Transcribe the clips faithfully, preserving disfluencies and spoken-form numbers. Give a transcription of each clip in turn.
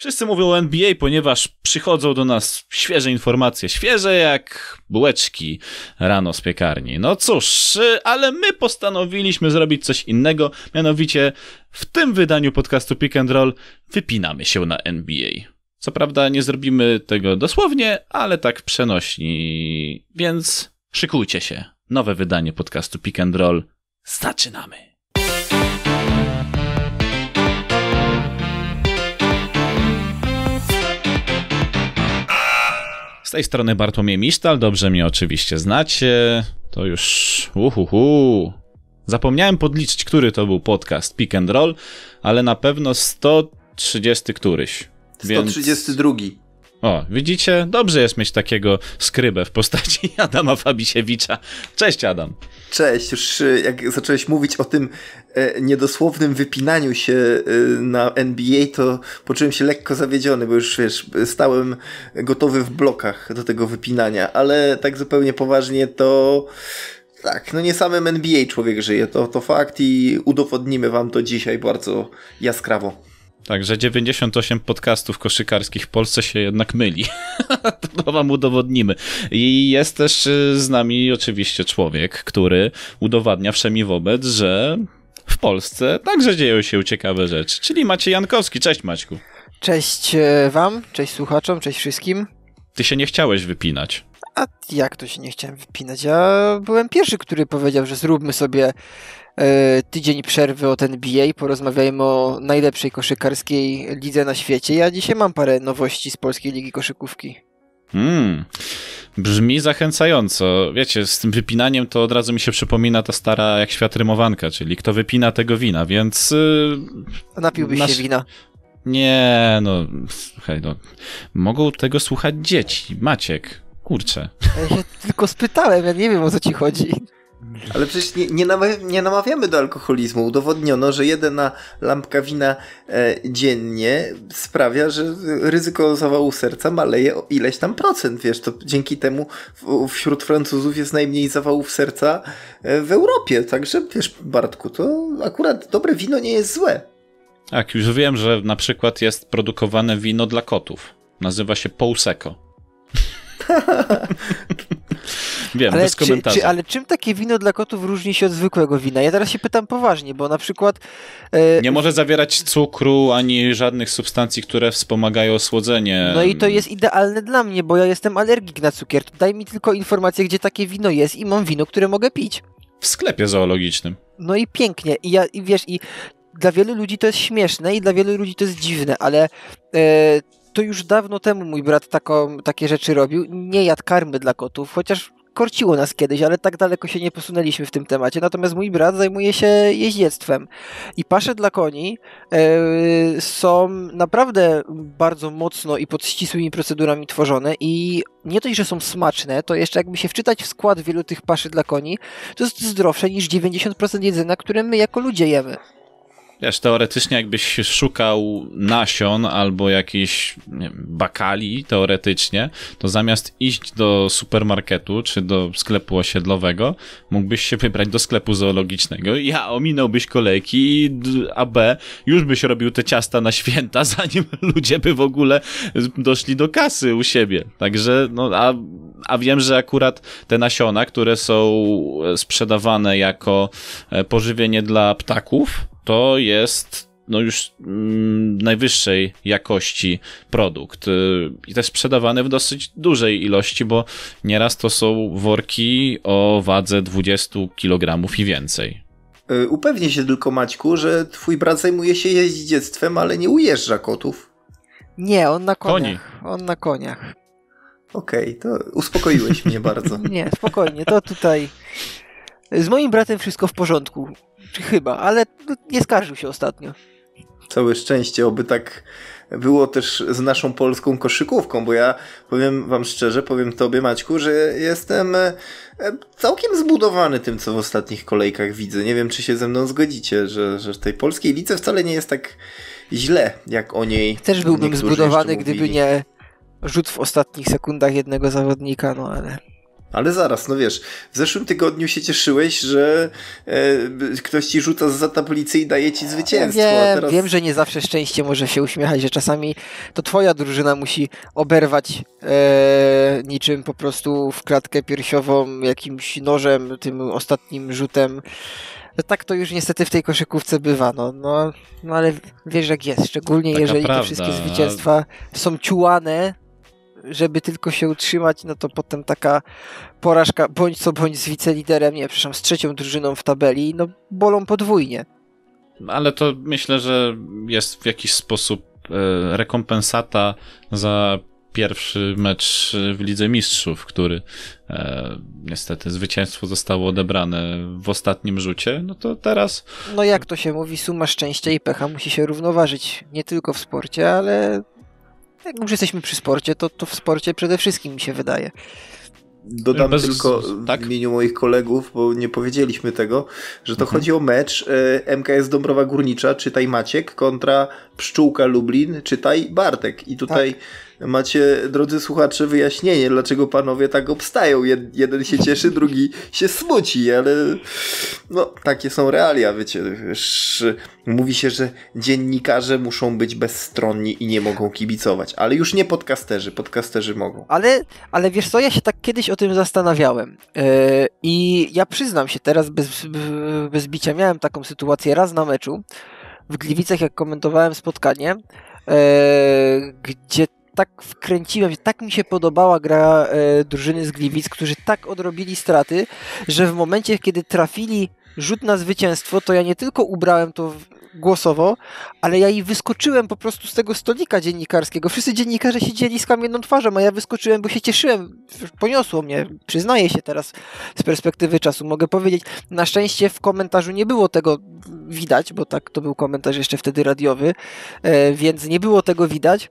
Wszyscy mówią o N B A, ponieważ przychodzą do nas świeże informacje, świeże jak bułeczki rano z piekarni. No cóż, ale my postanowiliśmy zrobić coś innego, mianowicie w tym wydaniu podcastu Pick and Roll wypinamy się na N B A. Co prawda nie zrobimy tego dosłownie, ale tak przenośni, więc szykujcie się. Nowe wydanie podcastu Pick and Roll. Zaczynamy! Z tej strony Bartłomiej Misztal, dobrze mnie oczywiście znacie. To już uhuhu. Zapomniałem podliczyć, który to był podcast Pick and Roll, ale na pewno sto trzydziesty któryś. sto trzydziesty drugi. O, widzicie? Dobrze jest mieć takiego skrybę w postaci Adama Fabisiewicza. Cześć, Adam. Cześć. Już jak zacząłeś mówić o tym e, niedosłownym wypinaniu się e, na N B A, to poczułem się lekko zawiedziony, bo już wiesz, stałem gotowy w blokach do tego wypinania, ale tak zupełnie poważnie to... Tak, no nie samym N B A człowiek żyje, to, to fakt i udowodnimy wam to dzisiaj bardzo jaskrawo. Także dziewięćdziesiąt osiem podcastów koszykarskich w Polsce się jednak myli. To wam udowodnimy. I jest też z nami oczywiście człowiek, który udowadnia wszemi wobec, że w Polsce także dzieją się ciekawe rzeczy. Czyli Maciej Jankowski. Cześć, Maćku. Cześć wam, cześć słuchaczom, cześć wszystkim. Ty się nie chciałeś wypinać. A jak to się nie chciałem wypinać? Ja byłem pierwszy, który powiedział, że zróbmy sobie e, tydzień przerwy od N B A, porozmawiajmy o najlepszej koszykarskiej lidze na świecie. Ja dzisiaj mam parę nowości z Polskiej Ligi Koszykówki. Hmm, brzmi zachęcająco. Wiecie, z tym wypinaniem to od razu mi się przypomina ta stara jak świat rymowanka, czyli kto wypina, tego wina, więc... Yy, Napiłbyś nasz... się wina. Nie, no, słuchaj, no, mogą tego słuchać dzieci. Maciek. Kurczę. Ja się tylko spytałem, ja nie wiem, o co ci chodzi. Ale przecież nie, nie, namawia, nie namawiamy do alkoholizmu. Udowodniono, że jedna lampka wina e, dziennie sprawia, że ryzyko zawału serca maleje o ileś tam procent. Wiesz, to dzięki temu w, wśród Francuzów jest najmniej zawałów serca e, w Europie. Także wiesz, Bartku, to akurat dobre wino nie jest złe. Tak, już wiem, że na przykład jest produkowane wino dla kotów. Nazywa się Prosecco. Wiem, ale bez komentarza. Czy, czy, ale czym takie wino dla kotów różni się od zwykłego wina? Ja teraz się pytam poważnie, bo na przykład... E... Nie może zawierać cukru, ani żadnych substancji, które wspomagają słodzenie. No i to jest idealne dla mnie, bo ja jestem alergik na cukier. Daj mi tylko informację, gdzie takie wino jest i mam wino, które mogę pić. W sklepie zoologicznym. No i pięknie. I ja, i wiesz, i dla wielu ludzi to jest śmieszne i dla wielu ludzi to jest dziwne, ale... E... To już dawno temu mój brat taką, takie rzeczy robił. Nie jadł karmy dla kotów, chociaż korciło nas kiedyś, ale tak daleko się nie posunęliśmy w tym temacie. Natomiast mój brat zajmuje się jeździectwem. I pasze dla koni yy, są naprawdę bardzo mocno i pod ścisłymi procedurami tworzone i nie dość, że są smaczne, to jeszcze jakby się wczytać w skład wielu tych paszy dla koni, to jest zdrowsze niż dziewięćdziesiąt procent jedzenia, które my jako ludzie jemy. Wiesz, teoretycznie jakbyś szukał nasion albo jakiejś nie wiem, bakali, teoretycznie, to zamiast iść do supermarketu czy do sklepu osiedlowego, mógłbyś się wybrać do sklepu zoologicznego i a ominąłbyś kolejki, a b, już byś robił te ciasta na święta, zanim ludzie by w ogóle doszli do kasy u siebie. Także, no, a, a wiem, że akurat te nasiona, które są sprzedawane jako pożywienie dla ptaków, to jest no już mm, najwyższej jakości produkt i też sprzedawany w dosyć dużej ilości, bo nieraz to są worki o wadze dwadzieścia kilogramów i więcej. Yy, upewnię się tylko, Maćku, że twój brat zajmuje się jeździectwem, ale nie ujeżdża kotów. Nie, on na koniach. Koni. On na koniach. Okej, okay, to uspokoiłeś mnie bardzo. Nie, spokojnie, to tutaj z moim bratem wszystko w porządku. Chyba, ale nie skarżył się ostatnio. Całe szczęście, oby tak było też z naszą polską koszykówką, bo ja powiem wam szczerze, powiem tobie, Maćku, że jestem całkiem zbudowany tym, co w ostatnich kolejkach widzę. Nie wiem, czy się ze mną zgodzicie, że, że w tej polskiej lidze wcale nie jest tak źle, jak o niej też byłbym zbudowany, gdyby nie rzut w ostatnich sekundach jednego zawodnika, no ale... Ale zaraz, no wiesz, w zeszłym tygodniu się cieszyłeś, że e, ktoś ci rzuca zza tablicy i daje ci zwycięstwo. Ja wiem, a teraz... wiem, że nie zawsze szczęście może się uśmiechać, że czasami to twoja drużyna musi oberwać e, niczym po prostu w klatkę piersiową jakimś nożem, tym ostatnim rzutem. Tak to już niestety w tej koszykówce bywa, no, no, no ale wiesz jak jest, szczególnie Taka jeżeli prawda. te wszystkie zwycięstwa są ciułane, żeby tylko się utrzymać, no to potem taka porażka, bądź co bądź z wiceliderem, nie, przepraszam, z trzecią drużyną w tabeli, no bolą podwójnie. Ale to myślę, że jest w jakiś sposób e, rekompensata za pierwszy mecz w Lidze Mistrzów, który e, niestety zwycięstwo zostało odebrane w ostatnim rzucie, no to teraz... No jak to się mówi, suma szczęścia i pecha musi się równoważyć, nie tylko w sporcie, ale jak już jesteśmy przy sporcie, to, to w sporcie przede wszystkim mi się wydaje. Dodam Bez... tylko tak? w imieniu moich kolegów, bo nie powiedzieliśmy tego, że to Mhm. chodzi o mecz e, M K S Dąbrowa Górnicza, czytaj Maciek, kontra Pszczółka Lublin, czytaj Bartek. I tutaj tak. macie, drodzy słuchacze, wyjaśnienie, dlaczego panowie tak obstają. Jed, jeden się cieszy, drugi się smuci, ale no, takie są realia, wiecie. Wiesz, mówi się, że dziennikarze muszą być bezstronni i nie mogą kibicować, ale już nie podcasterzy, podcasterzy mogą. Ale, ale wiesz co, ja się tak kiedyś o tym zastanawiałem yy, i ja przyznam się teraz bez, bez bicia, miałem taką sytuację raz na meczu w Gliwicach, jak komentowałem spotkanie, yy, gdzie tak wkręciłem się, tak mi się podobała gra yy, drużyny z Gliwic, którzy tak odrobili straty, że w momencie, kiedy trafili rzut na zwycięstwo, to ja nie tylko ubrałem to w głosowo, ale ja i wyskoczyłem po prostu z tego stolika dziennikarskiego. Wszyscy dziennikarze siedzieli z kamienną twarzą, a ja wyskoczyłem, bo się cieszyłem. Poniosło mnie, przyznaję się teraz z perspektywy czasu, mogę powiedzieć. Na szczęście w komentarzu nie było tego widać, bo tak, to był komentarz jeszcze wtedy radiowy, e, więc nie było tego widać.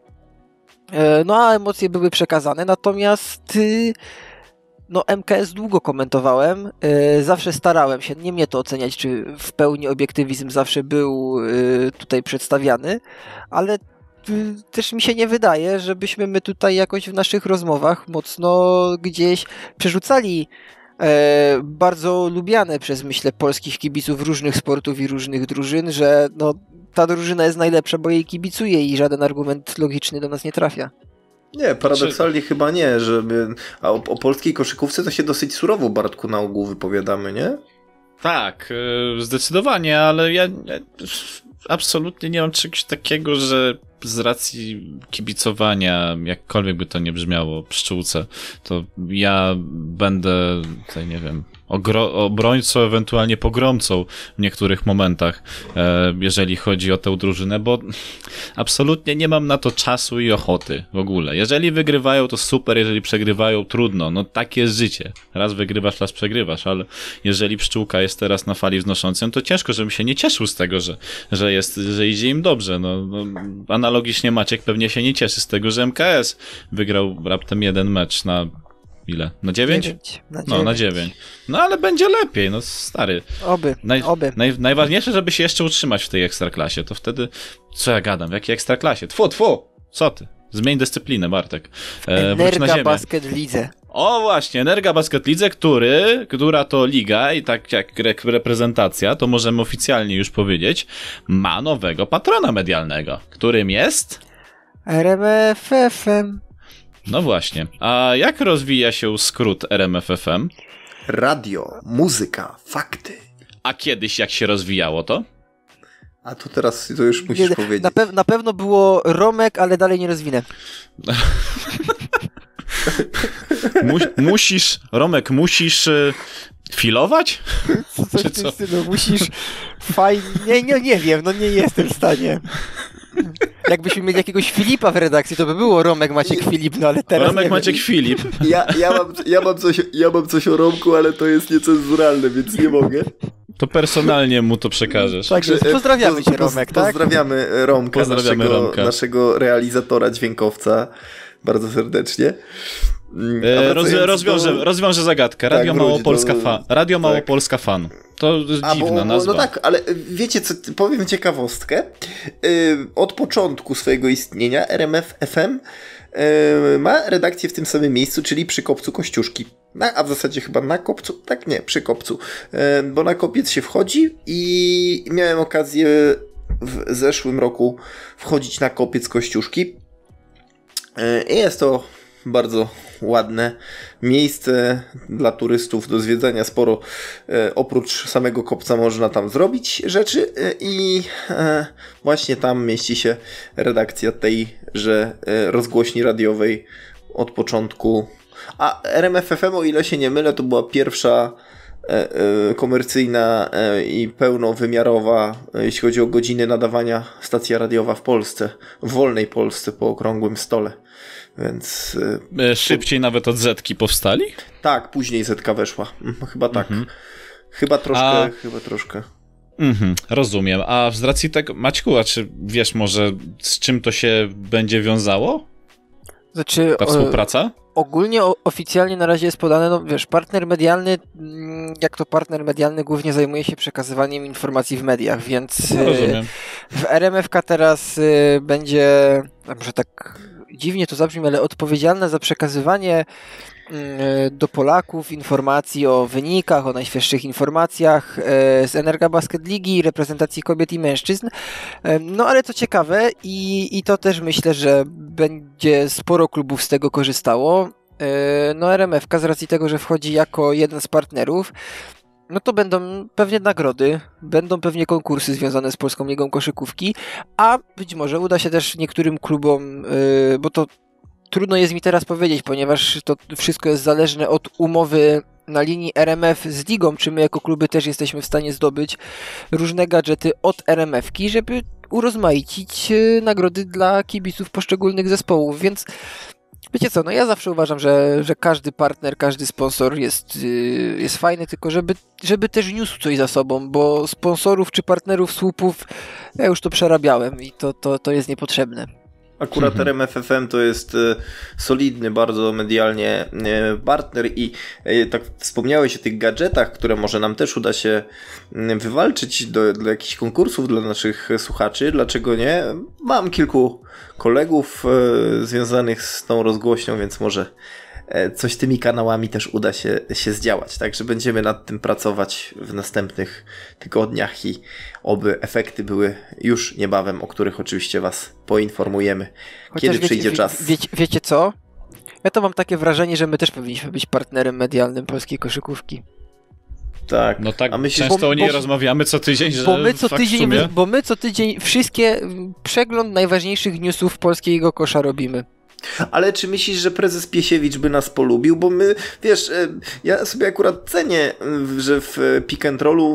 E, no a emocje były przekazane, natomiast y, no M K S długo komentowałem, yy, zawsze starałem się, nie mnie to oceniać, czy w pełni obiektywizm zawsze był yy, tutaj przedstawiany, ale yy, też mi się nie wydaje, żebyśmy my tutaj jakoś w naszych rozmowach mocno gdzieś przerzucali yy, bardzo lubiane przez, myślę, polskich kibiców różnych sportów i różnych drużyn, że no, ta drużyna jest najlepsza, bo jej kibicuje i żaden argument logiczny do nas nie trafia. Nie, paradoksalnie Czy... chyba nie, żeby... A o, o polskiej koszykówce to się dosyć surowo, Bartku, na ogół wypowiadamy, nie? Tak, zdecydowanie, ale ja, ja absolutnie nie mam czegoś takiego, że z racji kibicowania, jakkolwiek by to nie brzmiało, Pszczółce, to ja będę, tutaj nie wiem, ogro- obrońcą, ewentualnie pogromcą w niektórych momentach, e, jeżeli chodzi o tę drużynę, bo absolutnie nie mam na to czasu i ochoty w ogóle. Jeżeli wygrywają, to super, jeżeli przegrywają, trudno. No takie jest życie. Raz wygrywasz, raz przegrywasz, ale jeżeli Pszczółka jest teraz na fali wznoszącej, no to ciężko, żebym się nie cieszył z tego, że, że, jest, że idzie im dobrze. No, no, analogicznie Maciek pewnie się nie cieszy z tego, że M K S wygrał raptem jeden mecz na ile? Na dziewięć? dziewięć. Na no, dziewięć. na dziewięć. No, ale będzie lepiej, no stary. Oby, Naj, oby. Naj, najważniejsze, żeby się jeszcze utrzymać w tej ekstraklasie, to wtedy, co ja gadam, w jakiej ekstraklasie? Tfu, tfu, co ty? Zmień dyscyplinę, Bartek. E, Energa Basket Lidze. O właśnie, Energa Basket Lidze, który, która to liga i tak jak reprezentacja, to możemy oficjalnie już powiedzieć, ma nowego patrona medialnego, którym jest... R M F F M. No właśnie. A jak rozwija się skrót R M F F M? Radio, muzyka, fakty. A kiedyś jak się rozwijało to? A to teraz to już musisz Nie, powiedzieć. Na, pe- na pewno było Romek, ale dalej nie rozwinę. Mu- musisz, Romek, musisz y, filować? Coś Czy w tym co? stylu, musisz fajnie... Nie, nie, nie wiem, no nie jestem w stanie. Jakbyśmy mieli jakiegoś Filipa w redakcji, to by było Romek, Maciek, Filip, no ale teraz Romek, nie Maciek, wiem. Filip. Ja, ja, mam, ja, mam coś, ja mam coś o Romku, ale to jest niecenzuralne, więc nie mogę. To personalnie mu to przekażesz. Także Także, pozdrawiamy poz- cię, poz- Romek, tak? Pozdrawiamy Romka, Pozdrawiamy naszego, Romka. naszego realizatora, dźwiękowca, bardzo serdecznie. E, roz, rozwiążę, do... rozwiążę zagadkę. Radio tak, Małopolska, do... fa... Radio tak. Małopolska Fan. To jest A, dziwna bo, nazwa. No tak, ale wiecie co, powiem ciekawostkę. Yy, od początku swojego istnienia R M F F M yy, ma redakcję w tym samym miejscu, czyli przy Kopcu Kościuszki. Na, a w zasadzie chyba na Kopcu, tak nie, przy Kopcu. Yy, bo na Kopiec się wchodzi i miałem okazję w zeszłym roku wchodzić na Kopiec Kościuszki. Yy, jest to bardzo ładne miejsce dla turystów do zwiedzania. Sporo e, oprócz samego kopca można tam zrobić rzeczy e, i e, właśnie tam mieści się redakcja tejże e, rozgłośni radiowej od początku. A R M F F M, o ile się nie mylę, to była pierwsza e, e, komercyjna e, i pełnowymiarowa, e, jeśli chodzi o godziny nadawania, stacja radiowa w Polsce, w wolnej Polsce po okrągłym stole. Więc... E, szybciej to... nawet od Zetki powstali? Tak, później Zetka weszła. Chyba tak. Mhm. Chyba troszkę, A... chyba troszkę. Mhm, rozumiem. A z racji tego, Maćku, a czy wiesz może z czym to się będzie wiązało? Znaczy... Ta współpraca? Ogólnie o, oficjalnie na razie jest podane, no wiesz, partner medialny, jak to partner medialny głównie zajmuje się przekazywaniem informacji w mediach, więc no, rozumiem. W R M F K teraz y, będzie, a może tak dziwnie to zabrzmi, ale odpowiedzialna za przekazywanie y, do Polaków informacji o wynikach, o najświeższych informacjach y, z Energa Basket Ligi, reprezentacji kobiet i mężczyzn. Y, no ale co ciekawe i, i to też myślę, że będzie sporo klubów z tego korzystało. Y, no R M F K z racji tego, że wchodzi jako jeden z partnerów, no to będą pewnie nagrody, będą pewnie konkursy związane z Polską Ligą Koszykówki, a być może uda się też niektórym klubom, yy, bo to trudno jest mi teraz powiedzieć, ponieważ to wszystko jest zależne od umowy na linii R M F z ligą, czy my jako kluby też jesteśmy w stanie zdobyć różne gadżety od R M F ki, żeby urozmaicić yy, nagrody dla kibiców poszczególnych zespołów, więc wiecie co, no ja zawsze uważam, że, że każdy partner, każdy sponsor jest, yy, jest fajny, tylko żeby, żeby też niósł coś za sobą, bo sponsorów czy partnerów słupów ja już to przerabiałem i to, to, to jest niepotrzebne. Akurat R M F F M to jest e, solidny bardzo medialnie e, partner i e, tak wspomniałeś o tych gadżetach, które może nam też uda się m, wywalczyć do, do jakichś konkursów dla naszych słuchaczy. Dlaczego nie? Mam kilku kolegów e, związanych z tą rozgłośnią, więc może e, coś tymi kanałami też uda się, się zdziałać. Także będziemy nad tym pracować w następnych tygodniach i oby efekty były już niebawem, o których oczywiście was poinformujemy, Chociaż kiedy wiecie, przyjdzie czas. Wiecie, wiecie co? Ja to mam takie wrażenie, że my też powinniśmy być partnerem medialnym polskiej koszykówki. Tak. No tak, a my się często bo, o niej bo, rozmawiamy co tydzień, że bo my co tydzień, bo my co tydzień wszystkie przegląd najważniejszych newsów polskiego kosza robimy. Ale czy myślisz, że prezes Piesiewicz by nas polubił? Bo my, wiesz, ja sobie akurat cenię, że w pick and rollu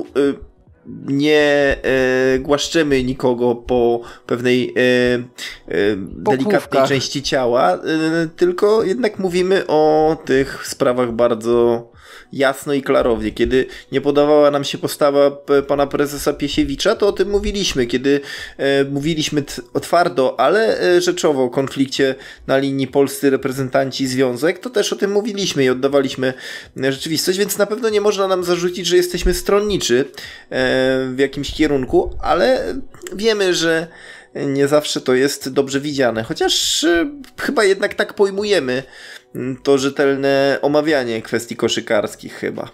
nie e, głaszczemy nikogo po pewnej e, e, delikatnej części ciała, e, tylko jednak mówimy o tych sprawach bardzo jasno i klarownie. Kiedy nie podobała nam się postawa p- pana prezesa Piesiewicza, to o tym mówiliśmy. Kiedy e, mówiliśmy t- twardo, ale e, rzeczowo o konflikcie na linii polscy reprezentanci związek, to też o tym mówiliśmy i oddawaliśmy rzeczywistość, więc na pewno nie można nam zarzucić, że jesteśmy stronniczy e, w jakimś kierunku, ale wiemy, że nie zawsze to jest dobrze widziane. Chociaż e, chyba jednak tak pojmujemy to rzetelne omawianie kwestii koszykarskich chyba.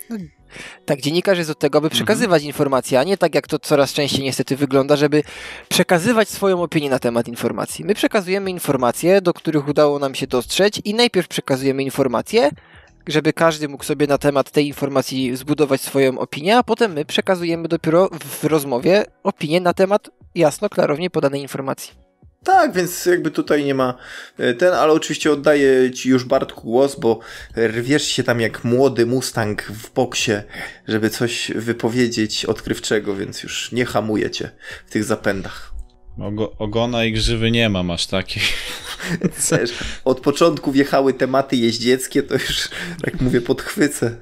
Tak, dziennikarz jest od tego, aby przekazywać mhm. informacje, a nie tak jak to coraz częściej niestety wygląda, żeby przekazywać swoją opinię na temat informacji. My przekazujemy informacje, do których udało nam się dostrzeć i najpierw przekazujemy informacje, żeby każdy mógł sobie na temat tej informacji zbudować swoją opinię, a potem my przekazujemy dopiero w rozmowie opinię na temat jasno, klarownie podanej informacji. Tak, więc jakby tutaj nie ma ten, ale oczywiście oddaję ci już Bartku głos, bo rwiesz się tam jak młody Mustang w boksie, żeby coś wypowiedzieć odkrywczego, więc już nie hamuję cię w tych zapędach. Ogo- ogona i grzywy nie mam aż takiej. Wiesz, od początku wjechały tematy jeździeckie, to już, tak mówię, podchwycę.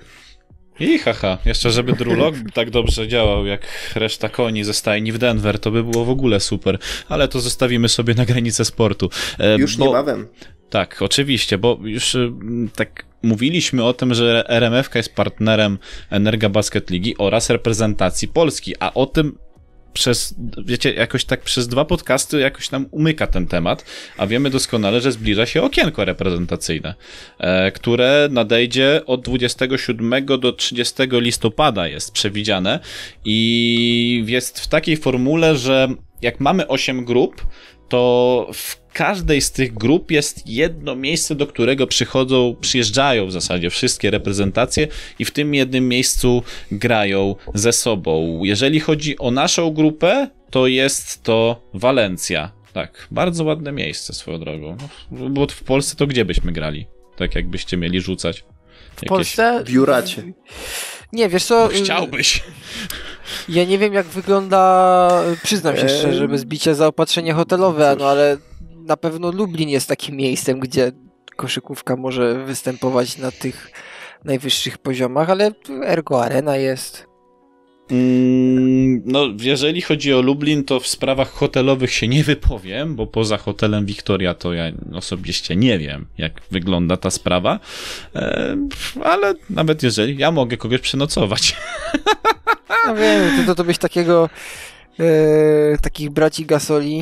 I haha, jeszcze żeby Drew Lock tak dobrze działał jak reszta koni ze stajni w Denver, to by było w ogóle super, ale to zostawimy sobie na granicę sportu. E, Już bo, niebawem. Tak, oczywiście, bo już y, tak mówiliśmy o tym, że R M F K jest partnerem Energa Basket Ligi oraz reprezentacji Polski, a o tym przez, wiecie, jakoś tak przez dwa podcasty jakoś nam umyka ten temat, a wiemy doskonale, że zbliża się okienko reprezentacyjne, e, które nadejdzie od dwudziestego siódmego do trzydziestego listopada jest przewidziane i jest w takiej formule, że jak mamy osiem grup, to w każdej z tych grup jest jedno miejsce, do którego przychodzą, przyjeżdżają w zasadzie wszystkie reprezentacje i w tym jednym miejscu grają ze sobą. Jeżeli chodzi o naszą grupę, to jest to Walencja. Tak, bardzo ładne miejsce swoją drogą. No, bo w Polsce to gdzie byśmy grali? Tak jakbyście mieli rzucać. W Polsce? W Juracie. Nie, wiesz co... No, chciałbyś. Ja nie wiem, jak wygląda, przyznam się szczerze, bez bicia zaopatrzenie hotelowe, no ale na pewno Lublin jest takim miejscem, gdzie koszykówka może występować na tych najwyższych poziomach, ale Ergo Arena jest. Mm, no, jeżeli chodzi o Lublin, to w sprawach hotelowych się nie wypowiem, bo poza hotelem Victoria to ja osobiście nie wiem, jak wygląda ta sprawa, e, ale nawet jeżeli, ja mogę kogoś przenocować. No wiem, to, to, to byś takiego e, takich braci Gasoli.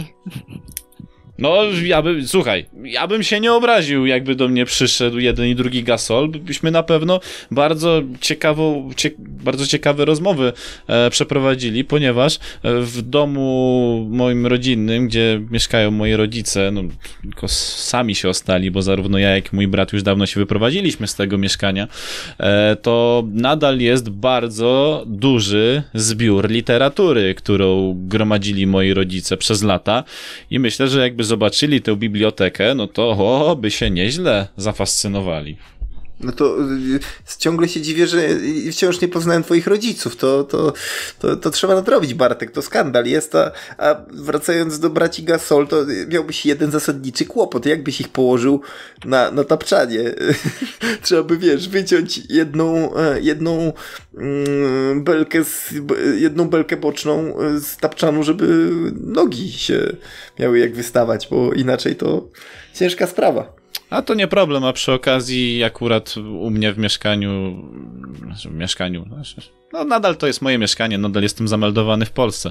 No, ja bym, słuchaj, ja bym się nie obraził, jakby do mnie przyszedł jeden i drugi Gasol, byśmy na pewno bardzo ciekawą, cie, bardzo ciekawe rozmowy e, przeprowadzili, ponieważ w domu moim rodzinnym, gdzie mieszkają moi rodzice, no tylko sami się ostali, bo zarówno ja, jak i mój brat już dawno się wyprowadziliśmy z tego mieszkania, e, to nadal jest bardzo duży zbiór literatury, którą gromadzili moi rodzice przez lata i myślę, że jakby zobaczyli tę bibliotekę, no to o, by się nieźle zafascynowali. No to y, ciągle się dziwię, że wciąż nie poznałem twoich rodziców. To, to, to, to trzeba nadrobić, Bartek. To skandal jest. A, a wracając do braci Gasol, to miałbyś jeden zasadniczy kłopot. Jakbyś ich położył na, na tapczanie? Trzeba by, wiesz, wyciąć jedną, jedną mm, belkę z, jedną belkę boczną z tapczanu, żeby nogi się miały jak wystawać, bo inaczej to ciężka sprawa. A to nie problem, a przy okazji akurat u mnie w mieszkaniu, w mieszkaniu, no nadal to jest moje mieszkanie, nadal jestem zameldowany w Polsce,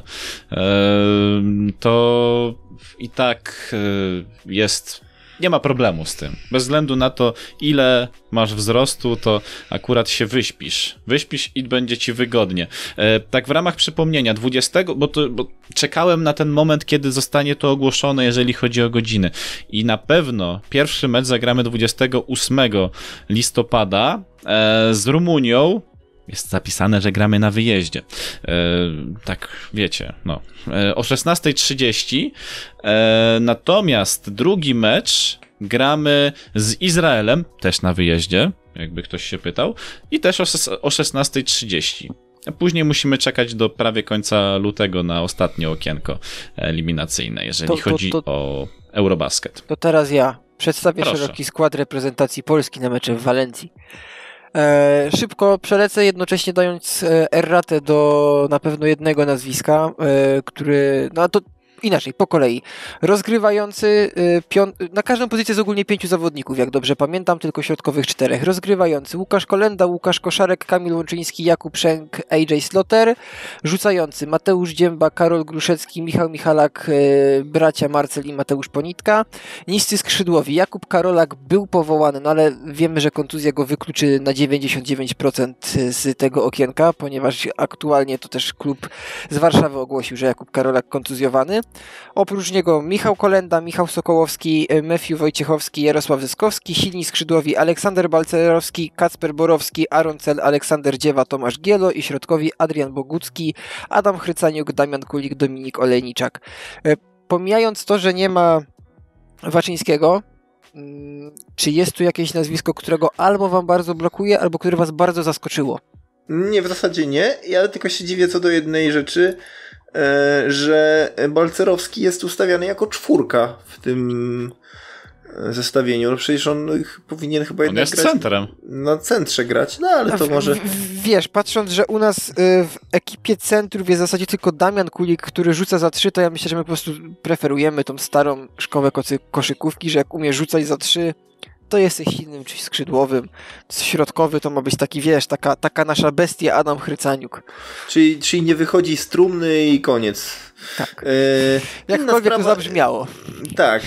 to i tak jest, nie ma problemu z tym. Bez względu na to, ile masz wzrostu, to akurat się wyśpisz. Wyśpisz i będzie ci wygodnie. E, tak w ramach przypomnienia, dwudziestego, bo, to, bo czekałem na ten moment, kiedy zostanie to ogłoszone, jeżeli chodzi o godziny. I na pewno pierwszy mecz zagramy dwudziestego ósmego listopada e, z Rumunią. Jest zapisane, że gramy na wyjeździe. E, tak, wiecie, no. E, o szesnasta trzydzieści. E, natomiast drugi mecz gramy z Izraelem, też na wyjeździe, jakby ktoś się pytał, i też o, o szesnasta trzydzieści. A później musimy czekać do prawie końca lutego na ostatnie okienko eliminacyjne, jeżeli to, to, chodzi to, o Eurobasket. To teraz ja przedstawię Proszę. szeroki skład reprezentacji Polski na mecze w Walencji. E, szybko przelecę, jednocześnie dając e, erratę do na pewno jednego nazwiska, e, który, no to inaczej, po kolei. Rozgrywający, e, pią- na każdą pozycję jest ogólnie pięciu zawodników, jak dobrze pamiętam, tylko środkowych czterech. Rozgrywający Łukasz Kolenda, Łukasz Koszarek, Kamil Łączyński, Jakub Szęk, A J Sloter. Rzucający Mateusz Dzięba, Karol Gruszecki, Michał Michalak, e, bracia Marcel i Mateusz Ponitka. Niscy skrzydłowi. Jakub Karolak był powołany, no ale wiemy, że kontuzja go wykluczy na dziewięćdziesiąt dziewięć procent z tego okienka, ponieważ aktualnie to też klub z Warszawy ogłosił, że Jakub Karolak kontuzjowany. Oprócz niego Michał Kolenda, Michał Sokołowski, Matthew Wojciechowski, Jarosław Zyskowski, silni skrzydłowi Aleksander Balcerowski, Kacper Borowski, Aaron Cel, Aleksander Dziewa, Tomasz Gielo i środkowi Adrian Bogucki, Adam Chrycaniuk, Damian Kulik, Dominik Olejniczak. Pomijając to, że nie ma Waczyńskiego, czy jest tu jakieś nazwisko, którego albo wam bardzo blokuje, albo które was bardzo zaskoczyło? Nie, w zasadzie nie. Ja tylko się dziwię co do jednej rzeczy, że Balcerowski jest ustawiany jako czwórka w tym zestawieniu. No przecież on powinien chyba jednak on jest grać centrem. na centrze grać, no ale to może... W, wiesz, patrząc, że u nas y, w ekipie centrów jest w zasadzie tylko Damian Kulik, który rzuca za trzy, to ja myślę, że my po prostu preferujemy tą starą szkołę koszykówki, że jak umie rzucać za trzy, to jesteś silnym czymś skrzydłowym. Środkowy to ma być taki, wiesz, taka, taka nasza bestia Adam Chrycaniuk. Czyli, czyli nie wychodzi z trumny i koniec. Tak. E, Jakkolwiek sprawa... to zabrzmiało. Tak.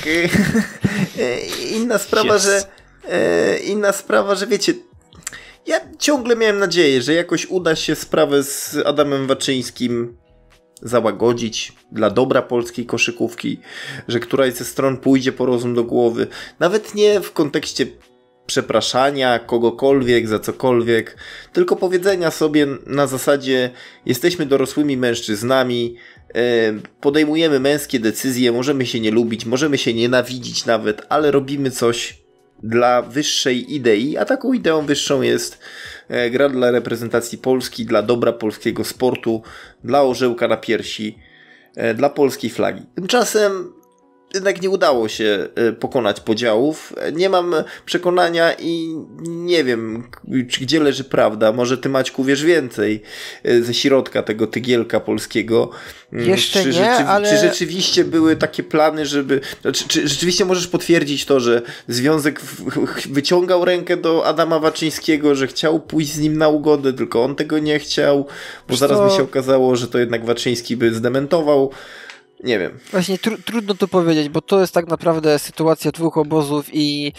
E, inna sprawa, yes. że e, inna sprawa, że wiecie, ja ciągle miałem nadzieję, że jakoś uda się sprawę z Adamem Waczyńskim załagodzić dla dobra polskiej koszykówki, że któraś ze stron pójdzie po rozum do głowy. Nawet nie w kontekście przepraszania kogokolwiek za cokolwiek, tylko powiedzenia sobie na zasadzie jesteśmy dorosłymi mężczyznami, podejmujemy męskie decyzje, możemy się nie lubić, możemy się nienawidzić nawet, ale robimy coś dla wyższej idei, a taką ideą wyższą jest gra dla reprezentacji Polski, dla dobra polskiego sportu, dla orzełka na piersi, dla polskiej flagi. Tymczasem jednak nie udało się pokonać podziałów. Nie mam przekonania i nie wiem, gdzie leży prawda. Może ty, Maćku, wiesz więcej ze środka tego tygielka polskiego. Jeszcze czy, nie, rzeczy, ale... czy rzeczywiście były takie plany, żeby... Czy, czy rzeczywiście możesz potwierdzić to, że Związek wyciągał rękę do Adama Waczyńskiego, że chciał pójść z nim na ugodę, tylko on tego nie chciał, bo Wiesz zaraz co... by się okazało, że to jednak Waczyński by zdementował. Nie wiem. Właśnie tr- trudno to powiedzieć, bo to jest tak naprawdę sytuacja dwóch obozów i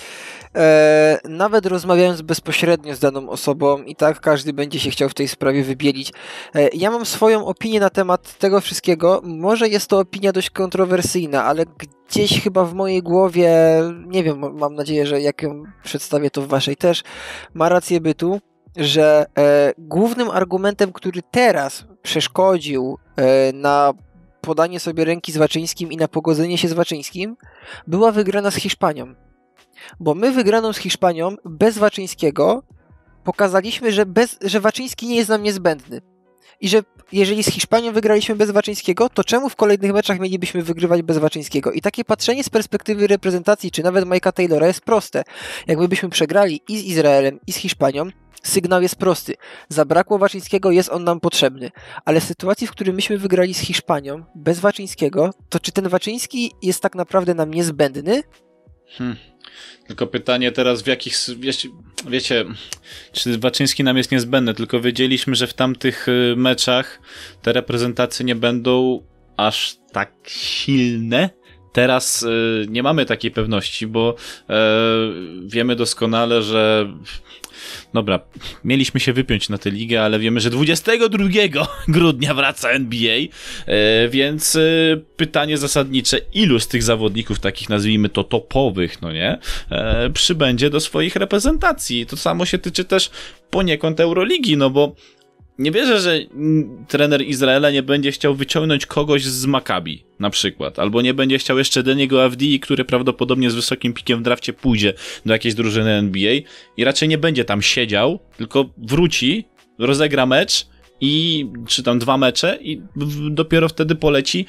e, nawet rozmawiając bezpośrednio z daną osobą i tak każdy będzie się chciał w tej sprawie wybielić. E, ja mam swoją opinię na temat tego wszystkiego. Może jest to opinia dość kontrowersyjna, ale gdzieś chyba w mojej głowie, nie wiem, mam nadzieję, że jak ją przedstawię, to w waszej też, ma rację bytu, że e, głównym argumentem, który teraz przeszkodził e, na podanie sobie ręki z Waczyńskim i na pogodzenie się z Waczyńskim była wygrana z Hiszpanią. Bo my wygraną z Hiszpanią bez Waczyńskiego pokazaliśmy, że, bez, że Waczyński nie jest nam niezbędny. I że jeżeli z Hiszpanią wygraliśmy bez Waczyńskiego, to czemu w kolejnych meczach mielibyśmy wygrywać bez Waczyńskiego? I takie patrzenie z perspektywy reprezentacji, czy nawet Mike'a Taylora jest proste. Jakby byśmy przegrali i z Izraelem, i z Hiszpanią, sygnał jest prosty. Zabrakło Waczyńskiego, jest on nam potrzebny. Ale w sytuacji, w której myśmy wygrali z Hiszpanią bez Waczyńskiego, to czy ten Waczyński jest tak naprawdę nam niezbędny? Hmm. Tylko pytanie teraz w jakich, wiecie, wiecie, czy Waczyński nam jest niezbędny, tylko wiedzieliśmy, że w tamtych meczach te reprezentacje nie będą aż tak silne. Teraz y, nie mamy takiej pewności, bo y, wiemy doskonale, że dobra, mieliśmy się wypiąć na tę ligę, ale wiemy, że dwudziestego drugiego grudnia wraca N B A, y, więc y, pytanie zasadnicze, ilu z tych zawodników, takich nazwijmy to topowych, no nie, y, przybędzie do swoich reprezentacji. To samo się tyczy też poniekąd Euroligi, no bo nie wierzę, że trener Izraela nie będzie chciał wyciągnąć kogoś z Maccabi, na przykład, albo nie będzie chciał jeszcze Deniego Avdii, który prawdopodobnie z wysokim pikiem w drafcie pójdzie do jakiejś drużyny N B A i raczej nie będzie tam siedział, tylko wróci, rozegra mecz i czy tam dwa mecze i dopiero wtedy poleci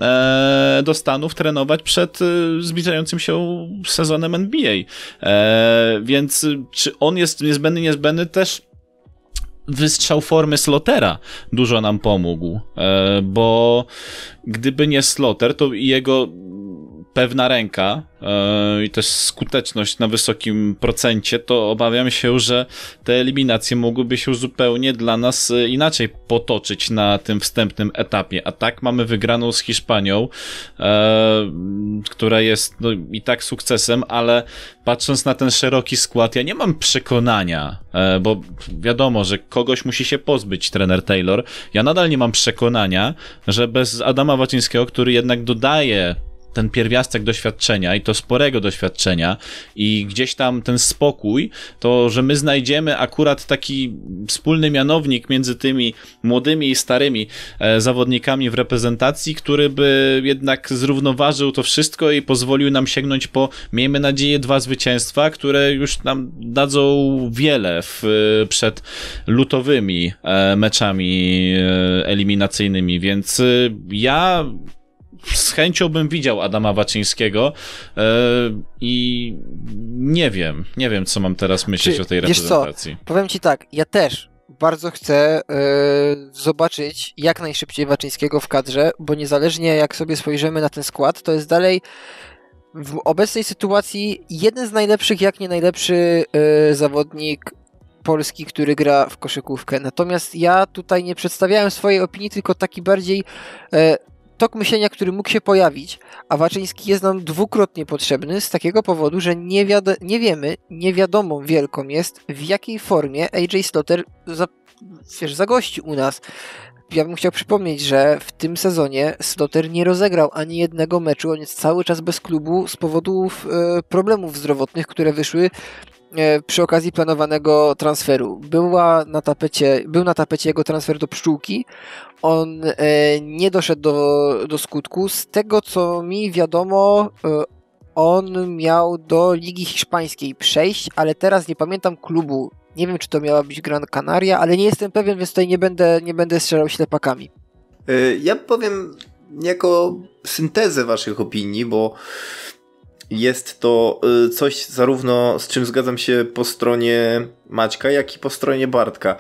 e, do Stanów trenować przed e, zbliżającym się sezonem N B A. E, więc czy on jest niezbędny, niezbędny też wystrzał formy Slotera dużo nam pomógł, e, bo gdyby nie Sloter, to i jego pewna ręka e, i też skuteczność na wysokim procencie, to obawiam się, że te eliminacje mogłyby się zupełnie dla nas inaczej potoczyć na tym wstępnym etapie. A tak mamy wygraną z Hiszpanią, e, która jest no, i tak sukcesem, ale patrząc na ten szeroki skład, ja nie mam przekonania, e, bo wiadomo, że kogoś musi się pozbyć trener Taylor. Ja nadal nie mam przekonania, że bez Adama Waczyńskiego, który jednak dodaje ten pierwiastek doświadczenia i to sporego doświadczenia i gdzieś tam ten spokój, to że my znajdziemy akurat taki wspólny mianownik między tymi młodymi i starymi e, zawodnikami w reprezentacji, który by jednak zrównoważył to wszystko i pozwolił nam sięgnąć po, miejmy nadzieję, dwa zwycięstwa, które już nam dadzą wiele w, przed lutowymi e, meczami e, eliminacyjnymi, więc e, ja z chęcią bym widział Adama Baczyńskiego yy, i nie wiem, nie wiem, co mam teraz myśleć Czy, o tej reprezentacji. Wiesz co, powiem ci tak, ja też bardzo chcę yy, zobaczyć jak najszybciej Baczyńskiego w kadrze, bo niezależnie jak sobie spojrzymy na ten skład, to jest dalej w obecnej sytuacji jeden z najlepszych, jak nie najlepszy yy, zawodnik Polski, który gra w koszykówkę. Natomiast ja tutaj nie przedstawiałem swojej opinii, tylko taki bardziej e, tok myślenia, który mógł się pojawić, a Baczyński jest nam dwukrotnie potrzebny z takiego powodu, że nie, wiado- nie wiemy, niewiadomą wielką jest, w jakiej formie A J Slaughter za, wiesz, zagości u nas. Ja bym chciał przypomnieć, że w tym sezonie Slaughter nie rozegrał ani jednego meczu, on jest cały czas bez klubu z powodów e, problemów zdrowotnych, które wyszły przy okazji planowanego transferu. Była na tapecie, był na tapecie jego transfer do Pszczółki. On e, nie doszedł do, do skutku. Z tego, co mi wiadomo, e, on miał do Ligi Hiszpańskiej przejść, ale teraz nie pamiętam klubu. Nie wiem, czy to miała być Gran Canaria, ale nie jestem pewien, więc tutaj nie będę, nie będę strzelał ślepakami. Ja powiem jako syntezę waszych opinii, bo jest to coś zarówno z czym zgadzam się po stronie Maćka, jak i po stronie Bartka.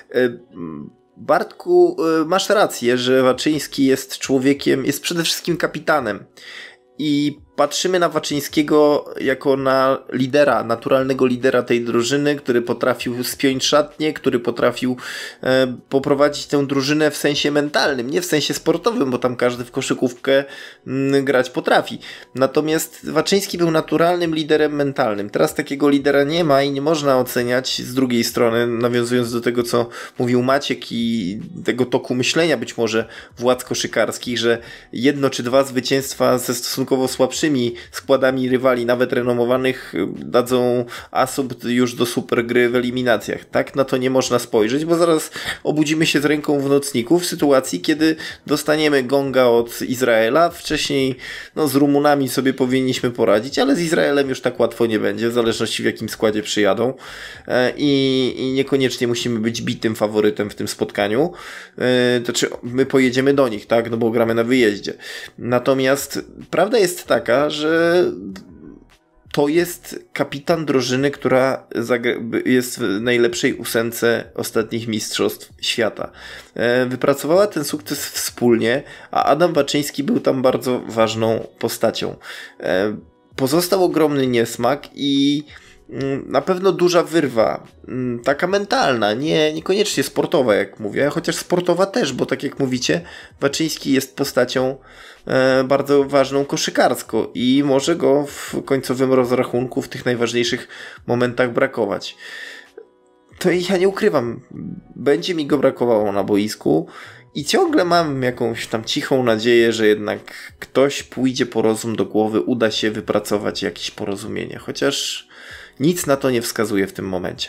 Bartku, masz rację, że Baczyński jest człowiekiem, jest przede wszystkim kapitanem i patrzymy na Baczyńskiego jako na lidera, naturalnego lidera tej drużyny, który potrafił spiąć szatnię, który potrafił e, poprowadzić tę drużynę w sensie mentalnym, nie w sensie sportowym, bo tam każdy w koszykówkę m, grać potrafi. Natomiast Baczyński był naturalnym liderem mentalnym. Teraz takiego lidera nie ma i nie można oceniać z drugiej strony, nawiązując do tego, co mówił Maciek i tego toku myślenia być może władz koszykarskich, że jedno czy dwa zwycięstwa ze stosunkowo słabszymi składami rywali, nawet renomowanych, dadzą asumpt już do super gry w eliminacjach. Tak na to nie można spojrzeć, bo zaraz obudzimy się z ręką w nocniku w sytuacji, kiedy dostaniemy gonga od Izraela. Wcześniej no, z Rumunami sobie powinniśmy poradzić, ale z Izraelem już tak łatwo nie będzie, w zależności w jakim składzie przyjadą. I, i niekoniecznie musimy być bitym faworytem w tym spotkaniu. To znaczy, my pojedziemy do nich, tak? No bo gramy na wyjeździe. Natomiast prawda jest taka, że to jest kapitan drużyny, która jest w najlepszej ósemce ostatnich mistrzostw świata. Wypracowała ten sukces wspólnie, a Adam Baczyński był tam bardzo ważną postacią. Pozostał ogromny niesmak i na pewno duża wyrwa, taka mentalna, nie, niekoniecznie sportowa, jak mówię, chociaż sportowa też, bo tak jak mówicie, Baczyński jest postacią e, bardzo ważną koszykarsko i może go w końcowym rozrachunku w tych najważniejszych momentach brakować. To ja nie ukrywam, będzie mi go brakowało na boisku i ciągle mam jakąś tam cichą nadzieję, że jednak ktoś pójdzie po rozum do głowy, uda się wypracować jakieś porozumienie, chociaż nic na to nie wskazuje w tym momencie.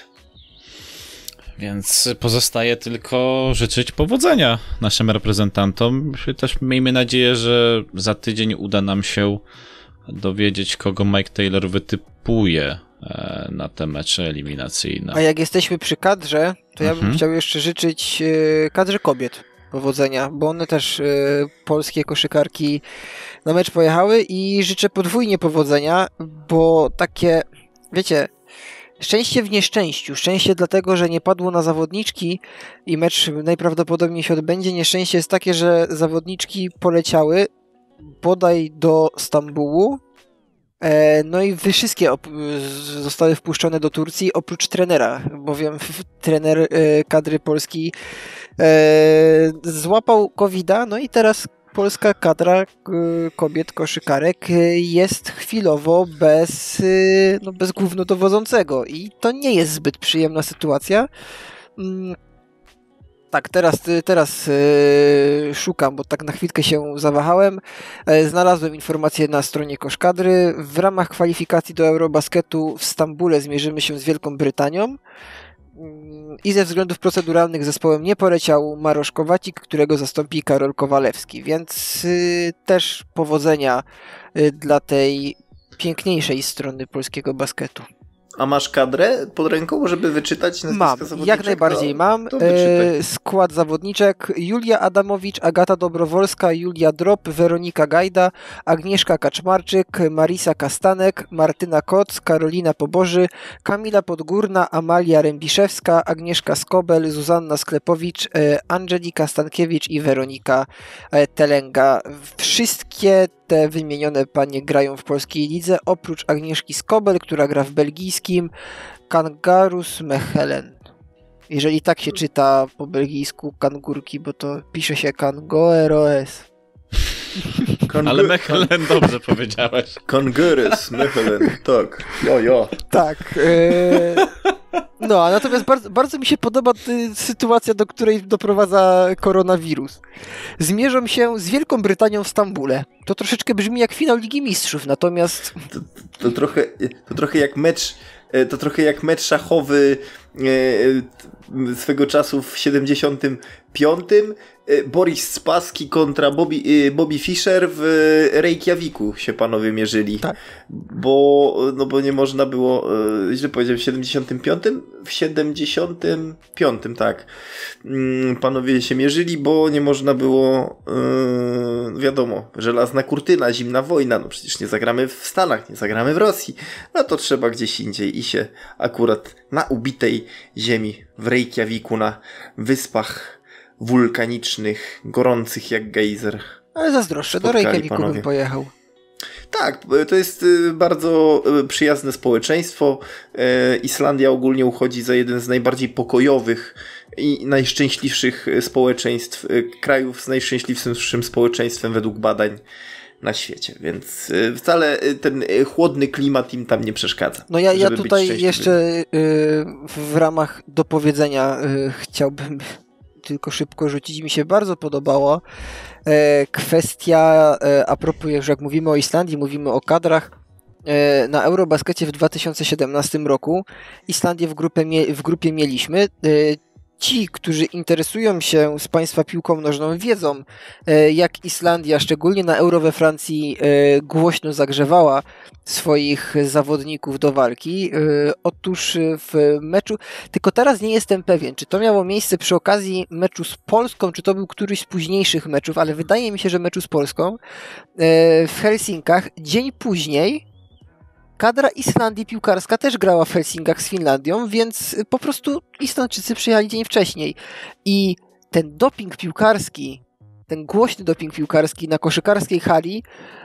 Więc pozostaje tylko życzyć powodzenia naszym reprezentantom. Też miejmy nadzieję, że za tydzień uda nam się dowiedzieć, kogo Mike Taylor wytypuje na te mecze eliminacyjne. A jak jesteśmy przy kadrze, to ja bym mhm. chciał jeszcze życzyć kadrze kobiet powodzenia, bo one też polskie koszykarki na mecz pojechały i życzę podwójnie powodzenia, bo takie, wiecie, szczęście w nieszczęściu. Szczęście dlatego, że nie padło na zawodniczki i mecz najprawdopodobniej się odbędzie. Nieszczęście jest takie, że zawodniczki poleciały bodaj do Stambułu, e, no i wszystkie op- zostały wpuszczone do Turcji oprócz trenera, bowiem trener e, kadry Polski e, złapał kowida, no i teraz polska kadra kobiet koszykarek jest chwilowo bez, no bez głównodowodzącego i to nie jest zbyt przyjemna sytuacja. Tak, teraz, teraz szukam, bo tak na chwilkę się zawahałem. Znalazłem informację na stronie Koszkadry. W ramach kwalifikacji do Eurobasketu w Stambule zmierzymy się z Wielką Brytanią. I ze względów proceduralnych zespołem nie poleciał Marosz Kowacik, którego zastąpi Karol Kowalewski, więc y, też powodzenia y, dla tej piękniejszej strony polskiego basketu. A masz kadrę pod ręką, żeby wyczytać nazwiska Mam, zawodniczek? jak najbardziej no, mam. E, skład zawodniczek: Julia Adamowicz, Agata Dobrowolska, Julia Drop, Weronika Gajda, Agnieszka Kaczmarczyk, Marisa Kastanek, Martyna Koc, Karolina Poboży, Kamila Podgórna, Amalia Rębiszewska, Agnieszka Skobel, Zuzanna Sklepowicz, e, Angelika Stankiewicz i Weronika e, Telenga. Wszystkie te wymienione panie grają w polskiej lidze, oprócz Agnieszki Skobel, która gra w belgijskim Kangarus Mechelen. Jeżeli tak się czyta po belgijsku kangurki, bo to pisze się Kangoeroes. Kongu- Ale Mechelen dobrze powiedziałeś. Kangarus Mechelen, tak. Jo, jo. Tak. Yy... No, a natomiast bardzo, bardzo mi się podoba y, sytuacja, do której doprowadza koronawirus. Zmierzą się z Wielką Brytanią w Stambule. To troszeczkę brzmi jak finał Ligi Mistrzów, natomiast... To, to, trochę, to trochę jak mecz, to trochę jak mecz szachowy e, swego czasu w siedemdziesiątym piątym. Boris Spassky kontra Bobby, Bobby Fischer w Reykjaviku się panowie mierzyli. Tak. Bo, no bo nie można było, źle powiedziałem, w siedemdziesiątym piątym? W siedemdziesiątym piątym, tak. Panowie się mierzyli, bo nie można było, yy, wiadomo, żelazna kurtyna, zimna wojna, no przecież nie zagramy w Stanach, nie zagramy w Rosji. No to trzeba gdzieś indziej i się akurat na ubitej ziemi w Reykjaviku, na wyspach wulkanicznych, gorących jak gejzer. Ale zazdroszczę, do Reykjaviku bym pojechał. Tak, to jest bardzo przyjazne społeczeństwo. Islandia ogólnie uchodzi za jeden z najbardziej pokojowych i najszczęśliwszych społeczeństw, krajów z najszczęśliwszym społeczeństwem według badań na świecie, więc wcale ten chłodny klimat im tam nie przeszkadza. No ja, ja tutaj jeszcze w ramach dopowiedzenia chciałbym tylko szybko rzucić. Mi się bardzo podobało e, kwestia, e, a propos, już jak mówimy o Islandii, mówimy o kadrach, e, na Eurobaskecie w dwa tysiące siedemnastym roku Islandię w, grupie, w grupie mieliśmy. E, Ci, którzy interesują się z Państwa piłką nożną, wiedzą, jak Islandia, szczególnie na Euro we Francji, głośno zagrzewała swoich zawodników do walki. Otóż w meczu, tylko teraz nie jestem pewien, czy to miało miejsce przy okazji meczu z Polską, czy to był któryś z późniejszych meczów, ale wydaje mi się, że meczu z Polską w Helsinkach. Dzień później kadra Islandii piłkarska też grała w Helsinkach z Finlandią, więc po prostu Islandczycy przyjechali dzień wcześniej. I ten doping piłkarski, ten głośny doping piłkarski na koszykarskiej hali,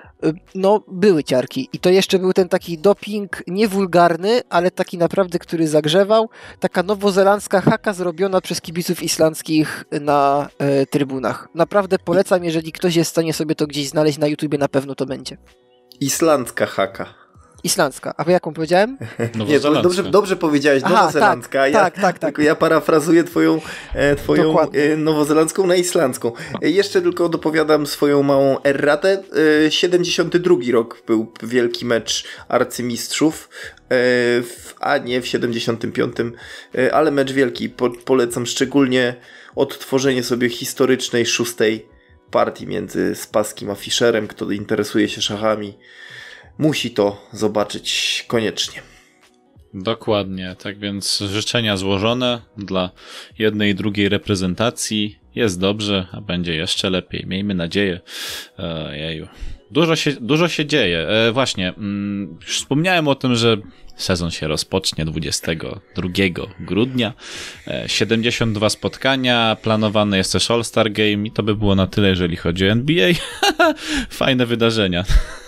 no były ciarki. I to jeszcze był ten taki doping niewulgarny, ale taki naprawdę, który zagrzewał. Taka nowozelandzka haka zrobiona przez kibiców islandzkich na e, trybunach. Naprawdę polecam, jeżeli ktoś jest w stanie sobie to gdzieś znaleźć na YouTubie, na pewno to będzie. Islandzka haka. Islandzka. A jaką powiedziałem? Nie, dobrze, dobrze powiedziałeś, Aha, nowozelandzka. Tak, ja, tak, tak, tak. Tylko ja parafrazuję twoją, e, twoją e, nowozelandzką na islandzką. E, jeszcze tylko dopowiadam swoją małą erratę. E, siedemdziesiąty drugi rok był wielki mecz arcymistrzów, e, w, a nie w siedemdziesiątym piątym, e, ale mecz wielki. Po, polecam szczególnie odtworzenie sobie historycznej szóstej partii między Spasskim a Fischerem. Kto interesuje się szachami, musi to zobaczyć koniecznie. Dokładnie, tak więc życzenia złożone dla jednej i drugiej reprezentacji. Jest dobrze, a będzie jeszcze lepiej. Miejmy nadzieję. E, jeju. Dużo się, dużo się dzieje. E, właśnie, mm, już wspomniałem o tym, że sezon się rozpocznie dwudziestego drugiego grudnia. E, siedemdziesiąt dwa spotkania, planowane jest też All-Star Game i to by było na tyle, jeżeli chodzi o N B A. Fajne wydarzenia.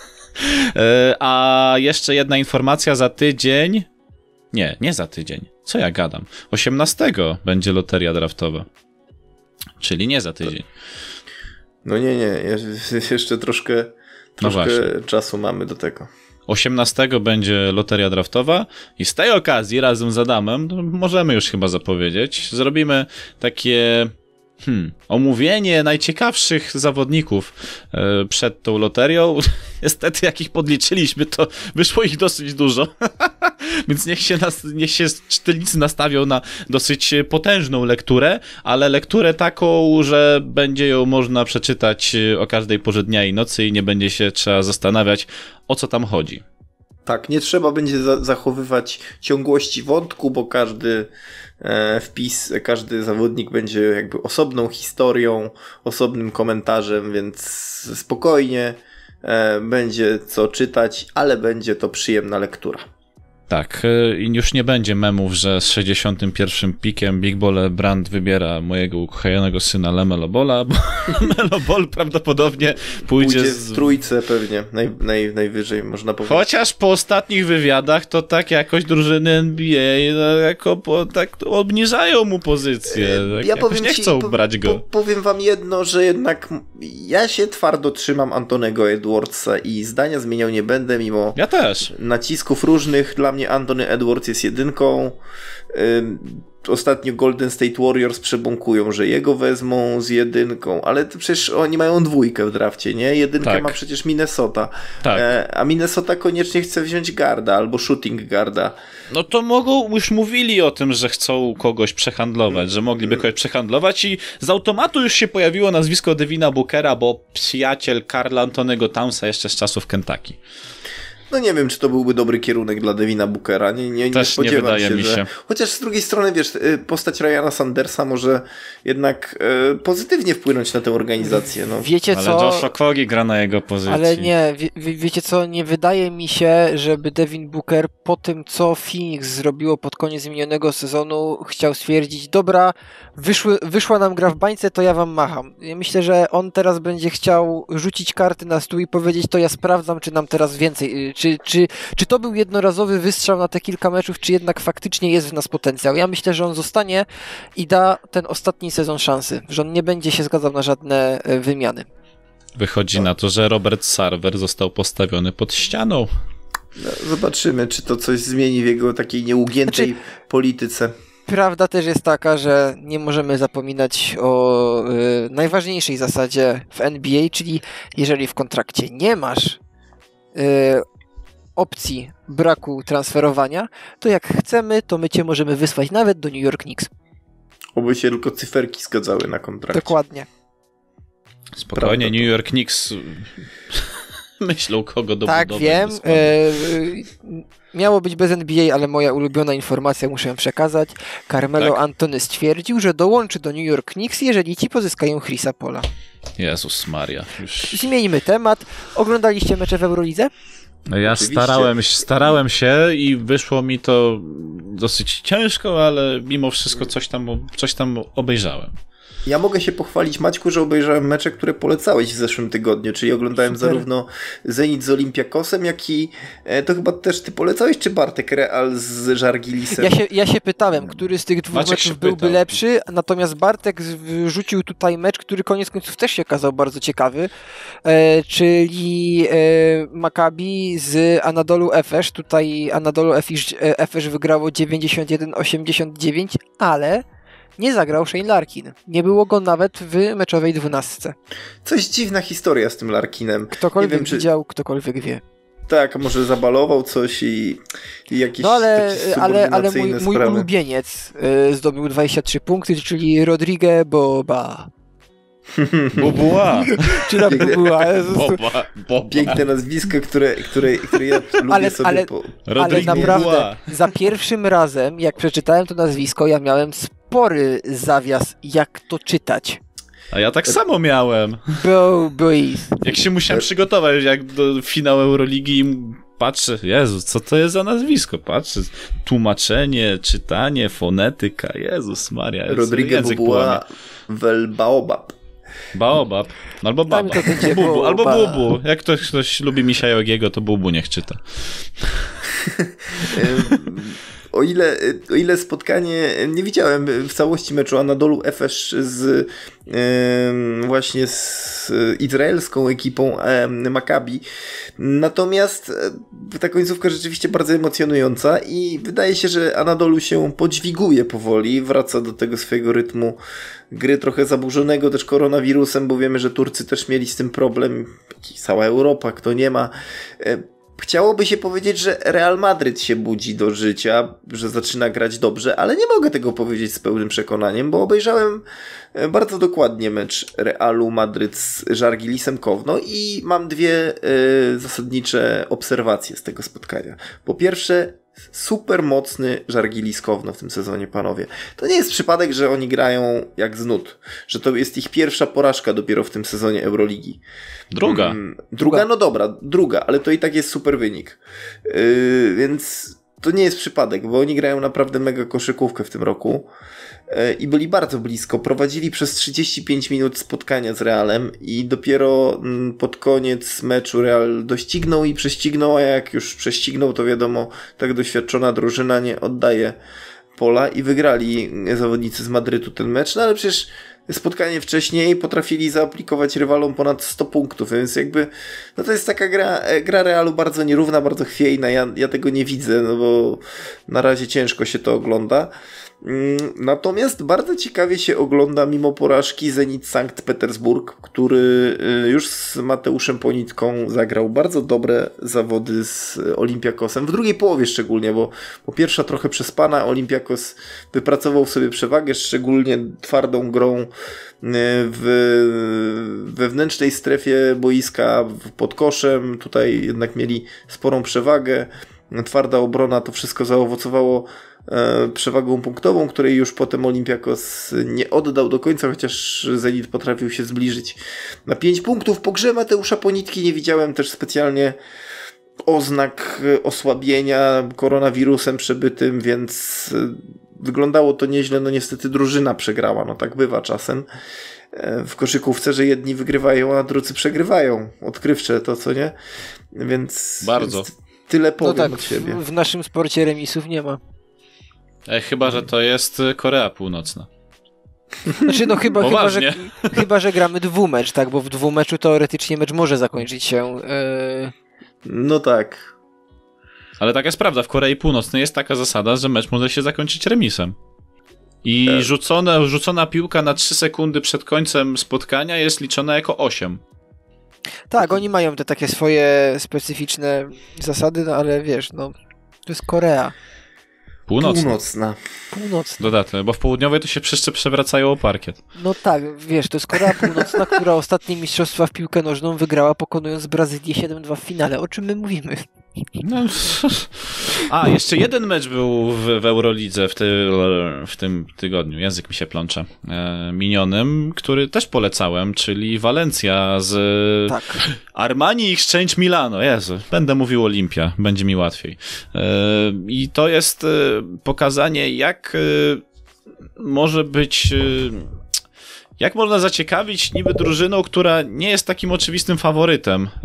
A jeszcze jedna informacja, za tydzień, nie, nie za tydzień, co ja gadam, osiemnastego będzie loteria draftowa, czyli nie za tydzień. No nie, nie, jeszcze troszkę, troszkę no czasu mamy do tego. osiemnastego będzie loteria draftowa i z tej okazji razem z Adamem, no możemy już chyba zapowiedzieć, zrobimy takie... Hmm, omówienie najciekawszych zawodników e, przed tą loterią. Niestety, jak ich podliczyliśmy, to wyszło ich dosyć dużo. Więc niech się, nas, niech się czytelnicy nastawią na dosyć potężną lekturę, ale lekturę taką, że będzie ją można przeczytać o każdej porze dnia i nocy i nie będzie się trzeba zastanawiać, o co tam chodzi. Tak, nie trzeba będzie za- zachowywać ciągłości wątku, bo każdy e, wpis, każdy zawodnik będzie jakby osobną historią, osobnym komentarzem, więc spokojnie e, będzie co czytać, ale będzie to przyjemna lektura. Tak, i już nie będzie memów, że z sześćdziesiątym pierwszym pikiem Big Ball Brand wybiera mojego ukochajonego syna Lamelo Balla, bo Lamelo Ball prawdopodobnie pójdzie, pójdzie z... w trójce pewnie, naj, naj, najwyżej można powiedzieć. Chociaż po ostatnich wywiadach to tak jakoś drużyny N B A no, jako po, tak obniżają mu pozycję, tak ja jakoś powiem nie ci, chcą po, brać go. Po, powiem wam jedno, że jednak ja się twardo trzymam Antonego Edwardsa i zdania zmieniał nie będę, mimo Ja też. nacisków różnych. Dla mnie Anthony Edwards jest jedynką. Ym, ostatnio Golden State Warriors przebąkują, że jego wezmą z jedynką, ale to przecież oni mają dwójkę w drafcie, nie? Jedynkę Tak. ma przecież Minnesota. Tak. E, a Minnesota koniecznie chce wziąć garda albo shooting garda. No to mogą, już mówili o tym, że chcą kogoś przehandlować, że mogliby kogoś przehandlować i z automatu już się pojawiło nazwisko Devina Bookera, bo przyjaciel Karla Antonego Townsa jeszcze z czasów Kentucky. No nie wiem, czy to byłby dobry kierunek dla Devina Bookera. Nie, nie, nie Też spodziewam nie wydaje się, mi się. że... Chociaż z drugiej strony, wiesz, postać Ryana Sandersa może jednak e, pozytywnie wpłynąć na tę organizację. No. Wiecie Ale co? Josh Okogie gra na jego pozycji. Ale nie, wie, wie, wiecie co, nie wydaje mi się, żeby Devin Booker po tym, co Phoenix zrobiło pod koniec minionego sezonu, chciał stwierdzić, dobra, wyszły, wyszła nam gra w bańce, to ja wam macham. Ja myślę, że on teraz będzie chciał rzucić karty na stół i powiedzieć, to ja sprawdzam, czy nam teraz więcej, czy, czy, czy to był jednorazowy wystrzał na te kilka meczów, czy jednak faktycznie jest w nas potencjał. Ja myślę, że on zostanie i da ten ostatni sezon szansy, że on nie będzie się zgadzał na żadne e, wymiany. Wychodzi na to, że Robert Sarver został postawiony pod ścianą. No, zobaczymy, czy to coś zmieni w jego takiej nieugiętej Znaczy... polityce. Prawda też jest taka, że nie możemy zapominać o y, najważniejszej zasadzie w N B A, czyli jeżeli w kontrakcie nie masz y, opcji braku transferowania, to jak chcemy, to my cię możemy wysłać nawet do New York Knicks. Oby się tylko cyferki zgadzały na kontrakcie. Dokładnie. Spokojnie, Prawda, New York Knicks myślą, kogo dobudować. Tak, wiem. E, e, miało być bez N B A, ale moja ulubiona informacja, muszę ją przekazać. Carmelo Tak. Anthony stwierdził, że dołączy do New York Knicks, jeżeli ci pozyskają Chrisa Paula. Jezus Maria. Już... Zmienimy temat. Oglądaliście mecze w Eurolidze? No ja Oczywiście. starałem, starałem się i wyszło mi to dosyć ciężko, ale mimo wszystko coś tam, coś tam obejrzałem. Ja mogę się pochwalić, Maćku, że obejrzałem mecze, które polecałeś w zeszłym tygodniu, czyli oglądałem Super. zarówno Zenit z Olympiakosem, jak i e, to chyba też ty polecałeś, czy Bartek Real z Żargilisem? Ja się, ja się pytałem, który z tych dwóch Maciek meczów się byłby pytał. lepszy, natomiast Bartek wrzucił tutaj mecz, który koniec końców też się okazał bardzo ciekawy, e, czyli e, Maccabi z Anadolu Efes. Tutaj Anadolu Efes, Efes wygrało dziewięćdziesiąt jeden osiemdziesiąt dziewięć, ale nie zagrał Shane Larkin. Nie było go nawet w meczowej dwunastce. Coś dziwna historia z tym Larkinem. Ktokolwiek Nie wiem, czy... widział, ktokolwiek wie. Tak, może zabalował coś i, i jakieś No ale, takie ale, ale mój, mój sprawy. ulubieniec y, zdobył dwadzieścia trzy punkty, czyli Rodrigue Boba. Bubuła! Czy na Boba? Boba, Boba. Piękne nazwisko, które, które, które ja lubię Ale- sobie ale- po... Ale Rodrigo naprawdę, Bubuła. za pierwszym razem, jak przeczytałem to nazwisko, ja miałem spory zawias, jak to czytać. A ja tak samo miałem. Bo, boys. Jak się musiałem przygotować, jak do finału Euroligi i patrzę, Jezus, co to jest za nazwisko? Patrzę, tłumaczenie, czytanie, fonetyka, Jezus Maria. Rodrigo język Bubuła połamie. Wel Baobab. Baobab, albo Tam baba, to będzie bubu, albo Boba. bubu. Jak ktoś, ktoś lubi Misia Jogiego, to bubu niech czyta. O ile, o ile spotkanie, nie widziałem w całości meczu Anadolu Efes z e, właśnie z izraelską ekipą e, Maccabi, natomiast e, ta końcówka rzeczywiście bardzo emocjonująca i wydaje się, że Anadolu się podźwiguje powoli, wraca do tego swojego rytmu gry trochę zaburzonego też koronawirusem, bo wiemy, że Turcy też mieli z tym problem, cała Europa, kto nie ma. E, chciałoby się powiedzieć, że Real Madryt się budzi do życia, że zaczyna grać dobrze, ale nie mogę tego powiedzieć z pełnym przekonaniem, bo obejrzałem bardzo dokładnie mecz Realu Madryt z Żargilisem Kowno i mam dwie y, zasadnicze obserwacje z tego spotkania. Po pierwsze, super mocny Żargilis Kowno w tym sezonie, panowie. To nie jest przypadek, że oni grają jak z nut, że to jest ich pierwsza porażka dopiero w tym sezonie Euroligi. Druga. Mm, druga, no dobra, druga, ale to i tak jest super wynik. Yy, więc to nie jest przypadek, bo oni grają naprawdę mega koszykówkę w tym roku yy, i byli bardzo blisko. Prowadzili przez trzydzieści pięć minut spotkania z Realem i dopiero mm, pod koniec meczu Real doścignął i prześcignął, a jak już prześcignął, to wiadomo, tak doświadczona drużyna nie oddaje pola i wygrali zawodnicy z Madrytu ten mecz, no ale przecież spotkanie wcześniej potrafili zaaplikować rywalom ponad sto punktów, więc jakby no to jest taka gra, gra Realu bardzo nierówna, bardzo chwiejna, ja, ja tego nie widzę, no bo na razie ciężko się to ogląda. Natomiast bardzo ciekawie się ogląda mimo porażki Zenit Sankt Petersburg, który już z Mateuszem Ponitką zagrał bardzo dobre zawody z Olympiakosem, w drugiej połowie szczególnie, bo po pierwsza trochę przespana, Olympiakos wypracował sobie przewagę, szczególnie twardą grą w wewnętrznej strefie boiska pod koszem, tutaj jednak mieli sporą przewagę, twarda obrona, to wszystko zaowocowało przewagą punktową, której już potem Olympiakos nie oddał do końca, chociaż Zenit potrafił się zbliżyć na pięć punktów. Po grze Mateusza Ponitki nie widziałem też specjalnie oznak osłabienia koronawirusem przebytym, więc wyglądało to nieźle. No niestety drużyna przegrała, no tak bywa czasem w koszykówce, że jedni wygrywają, a drudzy przegrywają. Odkrywcze to, co nie? Więc bardzo. Więc tyle powiem no tak, od siebie. W, w naszym sporcie remisów nie ma. E, chyba, że to jest Korea Północna. Znaczy no chyba, chyba, że, Poważnie. chyba, że gramy dwumecz, tak, bo w dwumeczu teoretycznie mecz może zakończyć się... Yy... No tak. Ale taka jest prawda, w Korei Północnej jest taka zasada, że mecz może się zakończyć remisem. I tak. rzucone, rzucona piłka na trzy sekundy przed końcem spotkania jest liczona jako osiem. Tak, oni mają te takie swoje specyficzne zasady, no ale wiesz, no to jest Korea. Północna. Północna. Północna. Dodatne, bo w południowej to się wszyscy przewracają o parkiet. No tak, wiesz, to jest Korea Północna, która ostatnie mistrzostwa w piłkę nożną wygrała, pokonując Brazylię siedem dwa w finale. O czym my mówimy? No. A, jeszcze jeden mecz był w, w Eurolidze w, ty, w tym tygodniu, język mi się plącze, e, minionym, który też polecałem, czyli Walencja z Tak. Armani Exchange Milano. Jezu, będę mówił Olimpia, będzie mi łatwiej. E, I to jest e, pokazanie, jak e, może być... E, Jak można zaciekawić niby drużyną, która nie jest takim oczywistym faworytem e,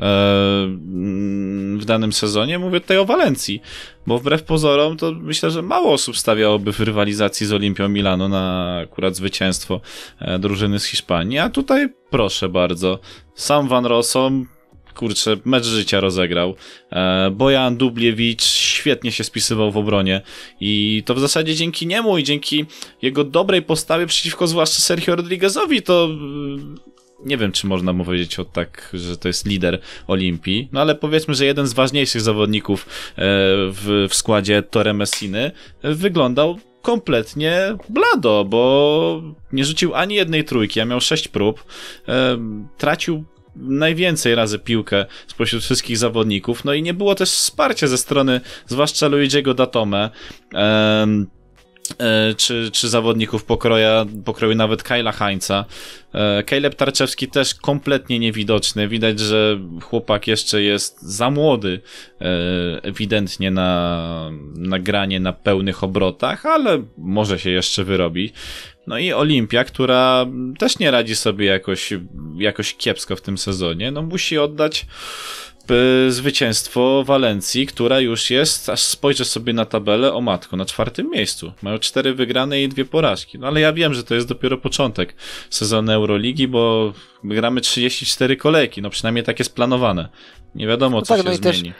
w danym sezonie? Mówię tutaj o Walencji, bo wbrew pozorom to myślę, że mało osób stawiałoby w rywalizacji z Olimpią Milano na akurat zwycięstwo e, drużyny z Hiszpanii, a tutaj proszę bardzo, sam Van Rossum, kurczę, mecz życia rozegrał. E, Bojan Dubliewicz świetnie się spisywał w obronie i to w zasadzie dzięki niemu i dzięki jego dobrej postawie przeciwko zwłaszcza Sergio Rodriguezowi to nie wiem, czy można mu powiedzieć o tak, że to jest lider Olimpii, no ale powiedzmy, że jeden z ważniejszych zawodników e, w, w składzie Torre Messiny wyglądał kompletnie blado, bo nie rzucił ani jednej trójki, a miał sześć prób, e, tracił najwięcej razy piłkę spośród wszystkich zawodników, no i nie było też wsparcia ze strony zwłaszcza Luigiego Datome em, e, czy, czy zawodników pokroja, pokroju nawet Kyla Heinza. e, Caleb Tarczewski też kompletnie niewidoczny, widać, że chłopak jeszcze jest za młody e, ewidentnie na, na granie na pełnych obrotach, ale może się jeszcze wyrobi. No i Olimpia, która też nie radzi sobie jakoś, jakoś kiepsko w tym sezonie, no musi oddać y, zwycięstwo Walencji, która już jest, aż spojrzę sobie na tabelę, o matko, na czwartym miejscu. Mają cztery wygrane i dwie porażki. No ale ja wiem, że to jest dopiero początek sezonu Euroligi, bo gramy trzydzieści cztery kolejki, no przynajmniej tak jest planowane. Nie wiadomo, no co tak, się no i zmieni. Też...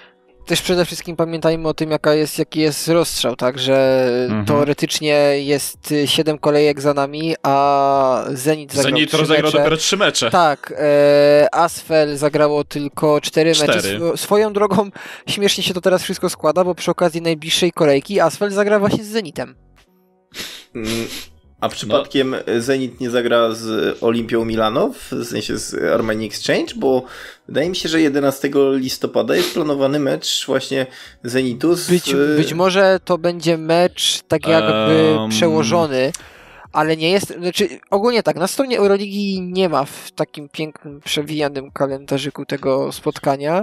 też przede wszystkim pamiętajmy o tym, jaka jest, jaki jest rozstrzał, tak, że mhm. teoretycznie jest siedem kolejek za nami, a Zenit zagrał Zenit trzy rozegrał mecze. dopiero trzy mecze. Tak, e, Asfel zagrało tylko cztery mecze. Cztery. Swoją drogą śmiesznie się to teraz wszystko składa, bo przy okazji najbliższej kolejki Asfel zagra właśnie z Zenitem. Mm. A przypadkiem no. Zenit nie zagra z Olimpią Milano, w sensie z Armani Exchange, bo wydaje mi się, że jedenastego listopada jest planowany mecz właśnie Zenitu z... Być, być może to będzie mecz tak jakby um... przełożony, ale nie jest... Znaczy, ogólnie tak, na stronie Euroligi nie ma w takim pięknym, przewijanym kalendarzyku tego spotkania,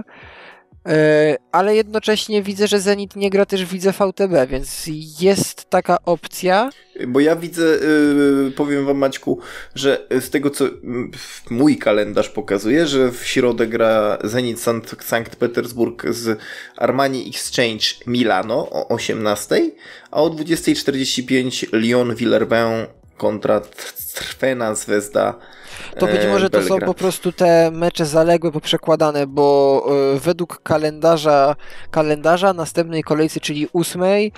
ale jednocześnie widzę, że Zenit nie gra też w lidze V T B, więc jest taka opcja. Bo ja widzę, yy, powiem wam Maćku, że z tego co mój kalendarz pokazuje, że w środę gra Zenit Sankt Petersburg z Armani Exchange Milano o osiemnastej, a o dwudziestej czterdzieści pięć Lyon Villeurbanne kontra Crvena Zvezda. To być może to są po prostu te mecze zaległe, poprzekładane, bo y, według kalendarza kalendarza następnej kolejce, czyli ósmej,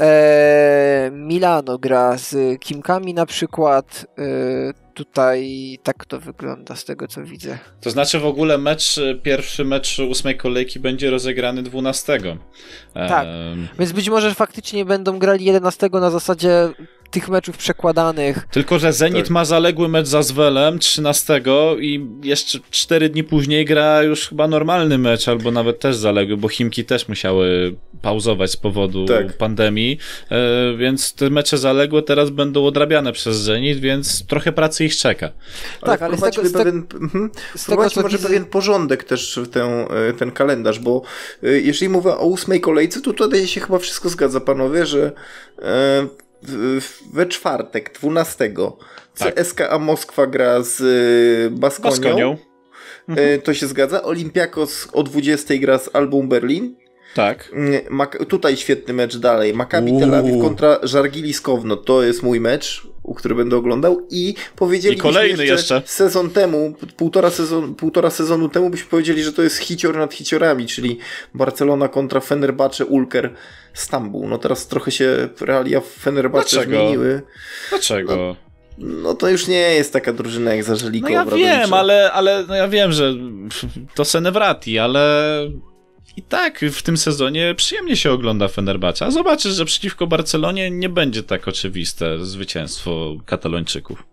e, Milano gra z Kimkami na przykład. Y, tutaj tak to wygląda z tego, co widzę. To znaczy w ogóle mecz, pierwszy mecz ósmej kolejki będzie rozegrany dwunastego. Tak, ehm... więc być może faktycznie będą grali jedenastego na zasadzie tych meczów przekładanych. Tylko, że Zenit tak. ma zaległy mecz z Aswelem trzynastego i jeszcze cztery dni później gra już chyba normalny mecz, albo nawet też zaległy, bo Chimki też musiały pauzować z powodu tak. pandemii, e, więc te mecze zaległe teraz będą odrabiane przez Zenit, więc trochę pracy ich czeka. Ale tak, ale z tego, z pewien, z tego co może widzę... pewien porządek też w ten, ten kalendarz, bo jeżeli mówię o ósmej kolejce, to tutaj się chyba wszystko zgadza, panowie, że e, we czwartek, dwunastego tak. C S K A Moskwa gra z Baskonią. Baskonią. Mhm. To się zgadza. Olympiakos o dwudziestej gra z Albą Berlin. Tak. Mak- tutaj świetny mecz dalej. Maccabi Tel Awiw kontra Żargiris Kowno. To jest mój mecz, który będę oglądał. I powiedzieli I kolejny jeszcze, jeszcze sezon temu, półtora, sezon, półtora sezonu temu byśmy powiedzieli, że to jest hicior nad hiciorami, czyli Barcelona kontra Fenerbahce Ulker Stambuł. No teraz trochę się realia w Fenerbahce Dlaczego? zmieniły. Dlaczego? No, no to już nie jest taka drużyna jak Zażeliko. No ja wiem, ale, ale no ja wiem, że to Senevrati, ale i tak w tym sezonie przyjemnie się ogląda Fenerbahce. A zobaczysz, że przeciwko Barcelonie nie będzie tak oczywiste zwycięstwo Katalończyków.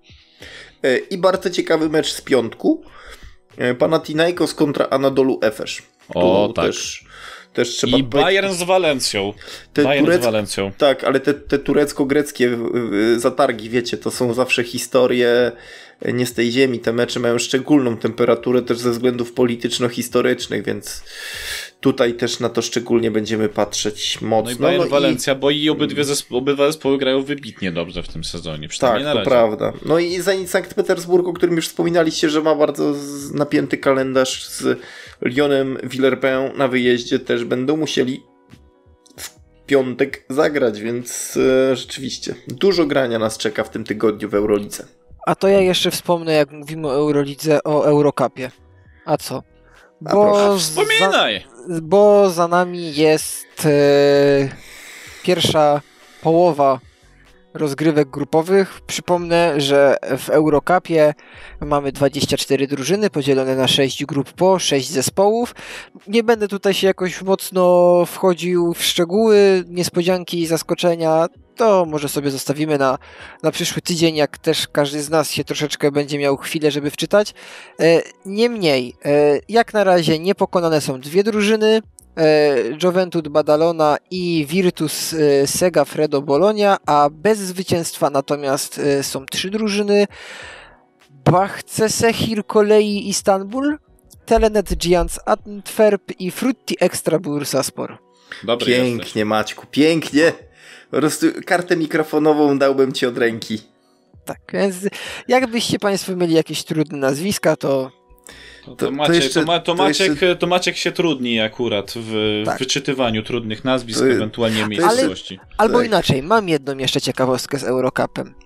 I bardzo ciekawy mecz z piątku. Panathinaikos kontra Anadolu Efes. O, tu tak. Też, też trzeba I Bayern z Walencją. Te Bayern turec... z Walencją. Tak, ale te, te turecko-greckie zatargi, wiecie, to są zawsze historie nie z tej ziemi. Te mecze mają szczególną temperaturę też ze względów polityczno-historycznych, więc tutaj też na to szczególnie będziemy patrzeć mocno. No i Bayern no Walencja, i... bo i obydwie zespo- obydwa zespoły grają wybitnie dobrze w tym sezonie. Tak, na to razie. prawda. No i Zenit Sankt Petersburg, o którym już wspominaliście, że ma bardzo napięty kalendarz z Lyonem Villeurbanne na wyjeździe, też będą musieli w piątek zagrać, więc e, rzeczywiście dużo grania nas czeka w tym tygodniu w Eurolidze. A to ja jeszcze wspomnę, jak mówimy o Eurolidze, o Eurocupie. A co? Bo A wspominaj! Za, bo za nami jest e, pierwsza połowa rozgrywek grupowych. Przypomnę, że w Eurocupie mamy dwadzieścia cztery drużyny podzielone na sześć grup po sześć zespołów. Nie będę tutaj się jakoś mocno wchodził w szczegóły, niespodzianki i zaskoczenia. To może sobie zostawimy na, na przyszły tydzień, jak też każdy z nas się troszeczkę będzie miał chwilę, żeby wczytać. E, niemniej, e, jak na razie niepokonane są dwie drużyny. Joventut Badalona i Virtus Segafredo Bologna, a bez zwycięstwa natomiast są trzy drużyny: Bahçeşehir Kolei Istanbul, Telenet Giants Antwerp i Frutti Extra Bursaspor. Dobry pięknie jesteś. Maćku, pięknie. Po prostu kartę mikrofonową dałbym ci od ręki. Tak, więc jakbyście Państwo mieli jakieś trudne nazwiska, to To, to, Maciek, to, jeszcze, to, ma, to, Maciek, jeszcze... to Maciek się trudni akurat w tak. wyczytywaniu trudnych nazwisk, to, ewentualnie miejscowości. Ale, albo tak. inaczej, mam jedną jeszcze ciekawostkę z Eurocupem.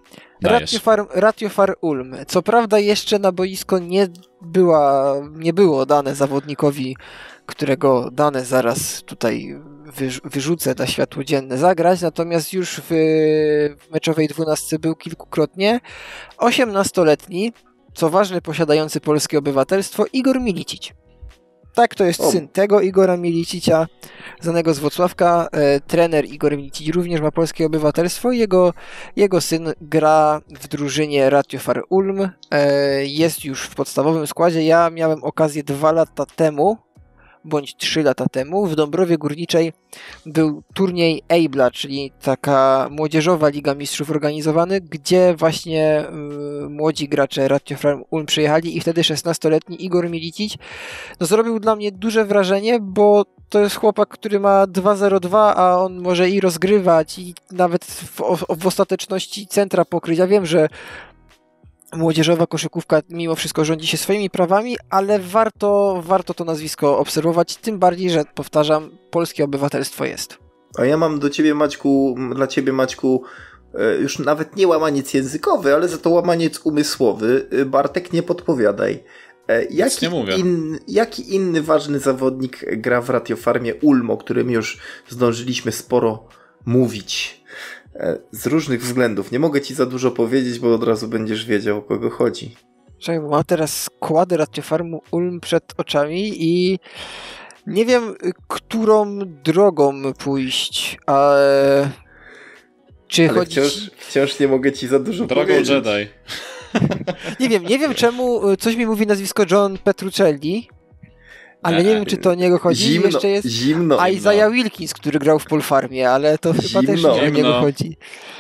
Ratiofar, Ratiofar Ulm. Co prawda jeszcze na boisko nie była, nie było dane zawodnikowi, którego dane zaraz tutaj wyrzucę na światło dzienne zagrać, natomiast już w, w meczowej dwunastce był kilkukrotnie. osiemnastoletni, co ważne, posiadający polskie obywatelstwo, Igor Milicic. Tak, to jest o. syn tego Igora Milicicia, znanego z Włocławka. E, trener Igor Milicic również ma polskie obywatelstwo. Jego, jego syn gra w drużynie Ratiofar Ulm. E, jest już w podstawowym składzie. Ja miałem okazję dwa lata temu, bądź trzy lata temu, w Dąbrowie Górniczej był turniej Eibla, czyli taka młodzieżowa Liga Mistrzów organizowany, gdzie właśnie y, młodzi gracze Ratiofar Ulm przyjechali i wtedy szesnastoletni Igor Milicic no, zrobił dla mnie duże wrażenie, bo to jest chłopak, który ma dwa zero dwa, a on może i rozgrywać, i nawet w, w ostateczności centra pokryć. Ja wiem, że młodzieżowa koszykówka mimo wszystko rządzi się swoimi prawami, ale warto, warto to nazwisko obserwować, tym bardziej, że, powtarzam, polskie obywatelstwo jest. A ja mam do ciebie, Maćku, dla ciebie, Maćku, już nawet nie łamaniec językowy, ale za to łamaniec umysłowy. Bartek, nie podpowiadaj. Jaki, nie in, jaki inny ważny zawodnik gra w Ratiofarmie Ulm, o którym już zdążyliśmy sporo mówić? Z różnych względów. Nie mogę ci za dużo powiedzieć, bo od razu będziesz wiedział, o kogo chodzi. Czekaj, bo mam teraz składy Ratiofarmu Ulm przed oczami i nie wiem, którą drogą pójść, ale czy ale chodzi... wciąż, wciąż nie mogę ci za dużo Drogą powiedzieć. Drogą Jedi. Nie wiem, nie wiem czemu, coś mi mówi nazwisko John Petruccelli, ale nie, nie wiem, czy to o niego chodzi. Zimno, jeszcze jest zimno. Isaiah Wilkins, który grał w Polfarmie, ale to chyba zimno. też nie o niego chodzi.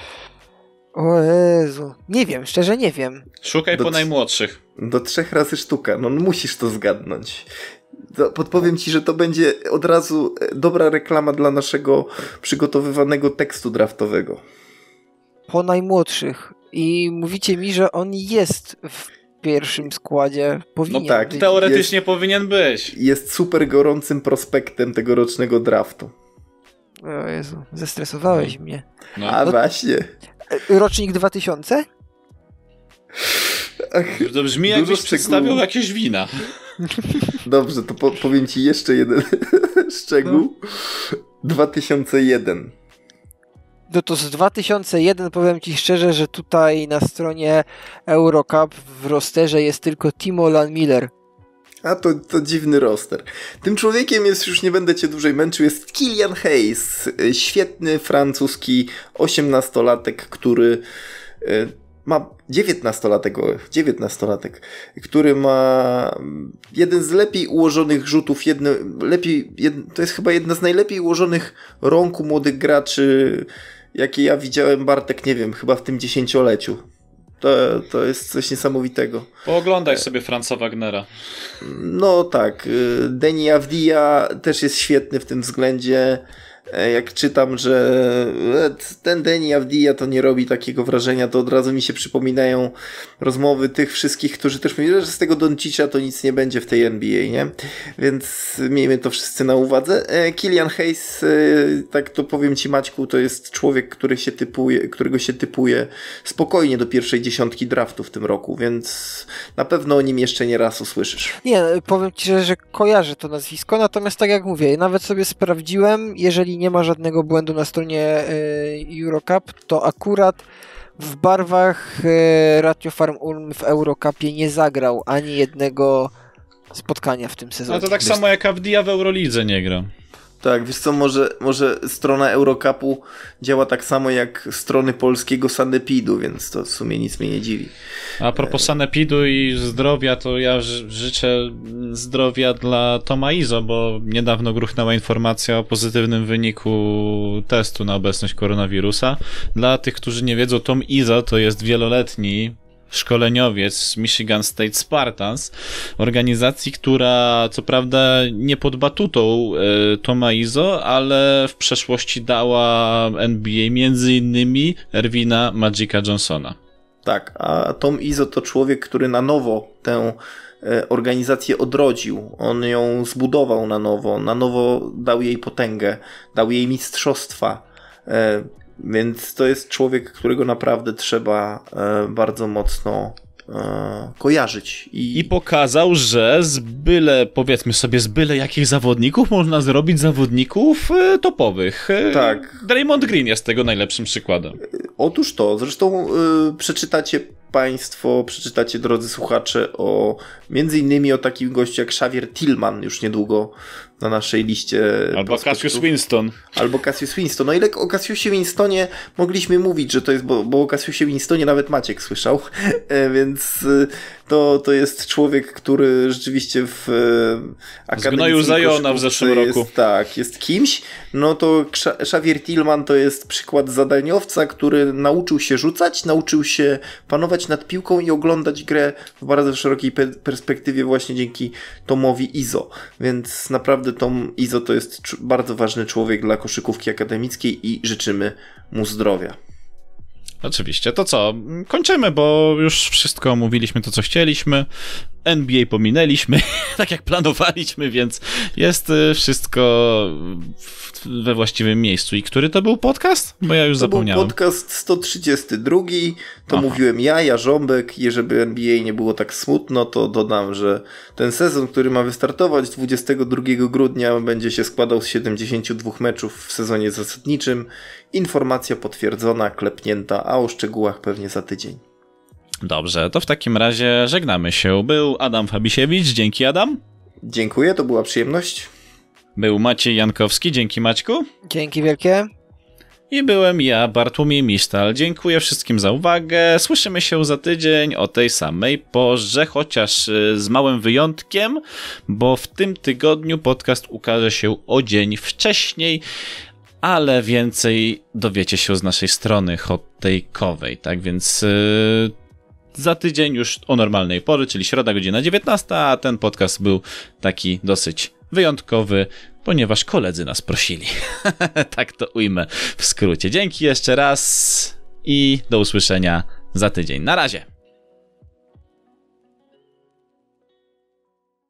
O Jezu. Nie wiem, szczerze nie wiem. Szukaj do po najmłodszych. Do trzech razy sztuka. No musisz to zgadnąć. To podpowiem ci, że to będzie od razu dobra reklama dla naszego przygotowywanego tekstu draftowego. Po najmłodszych. I mówicie mi, że on jest w pierwszym składzie. Powinien no tak, być. Teoretycznie jest, powinien być. Jest super gorącym prospektem tegorocznego draftu. O Jezu, zestresowałeś no. mnie. No. A no, właśnie. Rocznik dwa tysiące? Ach, to brzmi jakbyś przedstawiał jakieś wina. Dobrze, to po, powiem ci jeszcze jeden szczegół. No. dwa tysiące jeden. No to z dwa tysiące jeden powiem ci szczerze, że tutaj na stronie Eurocup w rosterze jest tylko Timo Lanmiller. A to, to dziwny roster. Tym człowiekiem jest, już nie będę cię dłużej męczył, jest Killian Hayes. Świetny francuski osiemnastolatek, który ma dziewiętnastolatek, dziewiętnastolatek, który ma jeden z lepiej ułożonych rzutów, jedno, lepiej, jed, to jest chyba jedna z najlepiej ułożonych rąk u młodych graczy, jakie ja widziałem, Bartek, nie wiem, chyba w tym dziesięcioleciu. To, to jest coś niesamowitego. Pooglądaj sobie Franza Wagnera. No tak, Deni Avdija też jest świetny w tym względzie. Jak czytam, że ten Deni Avdija to nie robi takiego wrażenia, to od razu mi się przypominają rozmowy tych wszystkich, którzy też mówili, że z tego Doncicza to nic nie będzie w tej N B A, nie? Więc miejmy to wszyscy na uwadze. Killian Hayes, tak to powiem ci, Maćku, to jest człowiek, który się typuje, którego się typuje spokojnie do pierwszej dziesiątki draftu w tym roku, więc na pewno o nim jeszcze nie raz usłyszysz. Nie, powiem ci, że, że kojarzę to nazwisko, natomiast tak jak mówię, nawet sobie sprawdziłem, jeżeli nie ma żadnego błędu na stronie y, Eurocup, to akurat w barwach y, Ratiofarm Ulm w Eurocupie nie zagrał ani jednego spotkania w tym sezonie. No to tak samo jak Avdija w Eurolidze nie gra. Tak, wiesz co, może, może strona Eurocupu działa tak samo jak strony polskiego Sanepidu, więc to w sumie nic mnie nie dziwi. A propos Sanepidu i zdrowia, to ja ży- życzę zdrowia dla Toma Izzo, bo niedawno gruchnęła informacja o pozytywnym wyniku testu na obecność koronawirusa. Dla tych, którzy nie wiedzą, Tom Izzo to jest wieloletni szkoleniowiec z Michigan State Spartans, organizacji, która co prawda nie pod batutą y, Toma Izzo, ale w przeszłości dała N B A między innymi Erwina Magica Johnsona. Tak, a Tom Izzo to człowiek, który na nowo tę e, organizację odrodził. On ją zbudował na nowo, na nowo dał jej potęgę, dał jej mistrzostwa. E, Więc to jest człowiek, którego naprawdę trzeba e, bardzo mocno e, kojarzyć. I... I pokazał, że z byle, powiedzmy sobie, z byle jakich zawodników można zrobić zawodników e, topowych. E, tak. Draymond Green jest tego najlepszym przykładem. Otóż to. Zresztą e, przeczytacie Państwo, przeczytacie, drodzy słuchacze, o między innymi o takim gościu jak Xavier Tillman już niedługo na naszej liście. Albo Cassius Winston. Albo Cassius Winston. No ile o Cassiusie Winstonie mogliśmy mówić, że to jest, bo, bo o Cassiusie Winstonie nawet Maciek słyszał, więc to, to jest człowiek, który rzeczywiście w akademii zgnoił Zajona w zeszłym jest, roku. Tak, jest kimś. No to Xavier Tillman to jest przykład zadaniowca, który nauczył się rzucać, nauczył się panować nad piłką i oglądać grę w bardzo szerokiej pe- perspektywie właśnie dzięki Tomowi Izzo. Więc naprawdę Tom Izzo to jest cz- bardzo ważny człowiek dla koszykówki akademickiej i życzymy mu zdrowia. Oczywiście. To co? Kończymy, bo już wszystko omówiliśmy, to co chcieliśmy. N B A pominęliśmy, tak jak planowaliśmy, więc jest wszystko we właściwym miejscu. I który to był podcast? Bo ja już to zapomniałem. To był podcast sto trzydziesty drugi. To Aha. mówiłem ja, Jarząbek. I żeby N B A nie było tak smutno, to dodam, że ten sezon, który ma wystartować dwudziestego drugiego grudnia, będzie się składał z siedemdziesięciu dwóch meczów w sezonie zasadniczym. Informacja potwierdzona, klepnięta, a o szczegółach pewnie za tydzień. Dobrze, to w takim razie żegnamy się. Był Adam Fabisiewicz, dzięki Adam. Dziękuję, to była przyjemność. Był Maciej Jankowski, dzięki Maćku. Dzięki wielkie. I byłem ja, Bartłomiej Misztal. Dziękuję wszystkim za uwagę. Słyszymy się za tydzień o tej samej porze, chociaż z małym wyjątkiem, bo w tym tygodniu podcast ukaże się o dzień wcześniej, ale więcej dowiecie się z naszej strony hottejkowej, tak więc yy, za tydzień już o normalnej pory, czyli środa godzina dziewiętnasta, a ten podcast był taki dosyć wyjątkowy, ponieważ koledzy nas prosili. Tak to ujmę w skrócie. Dzięki jeszcze raz i do usłyszenia za tydzień. Na razie.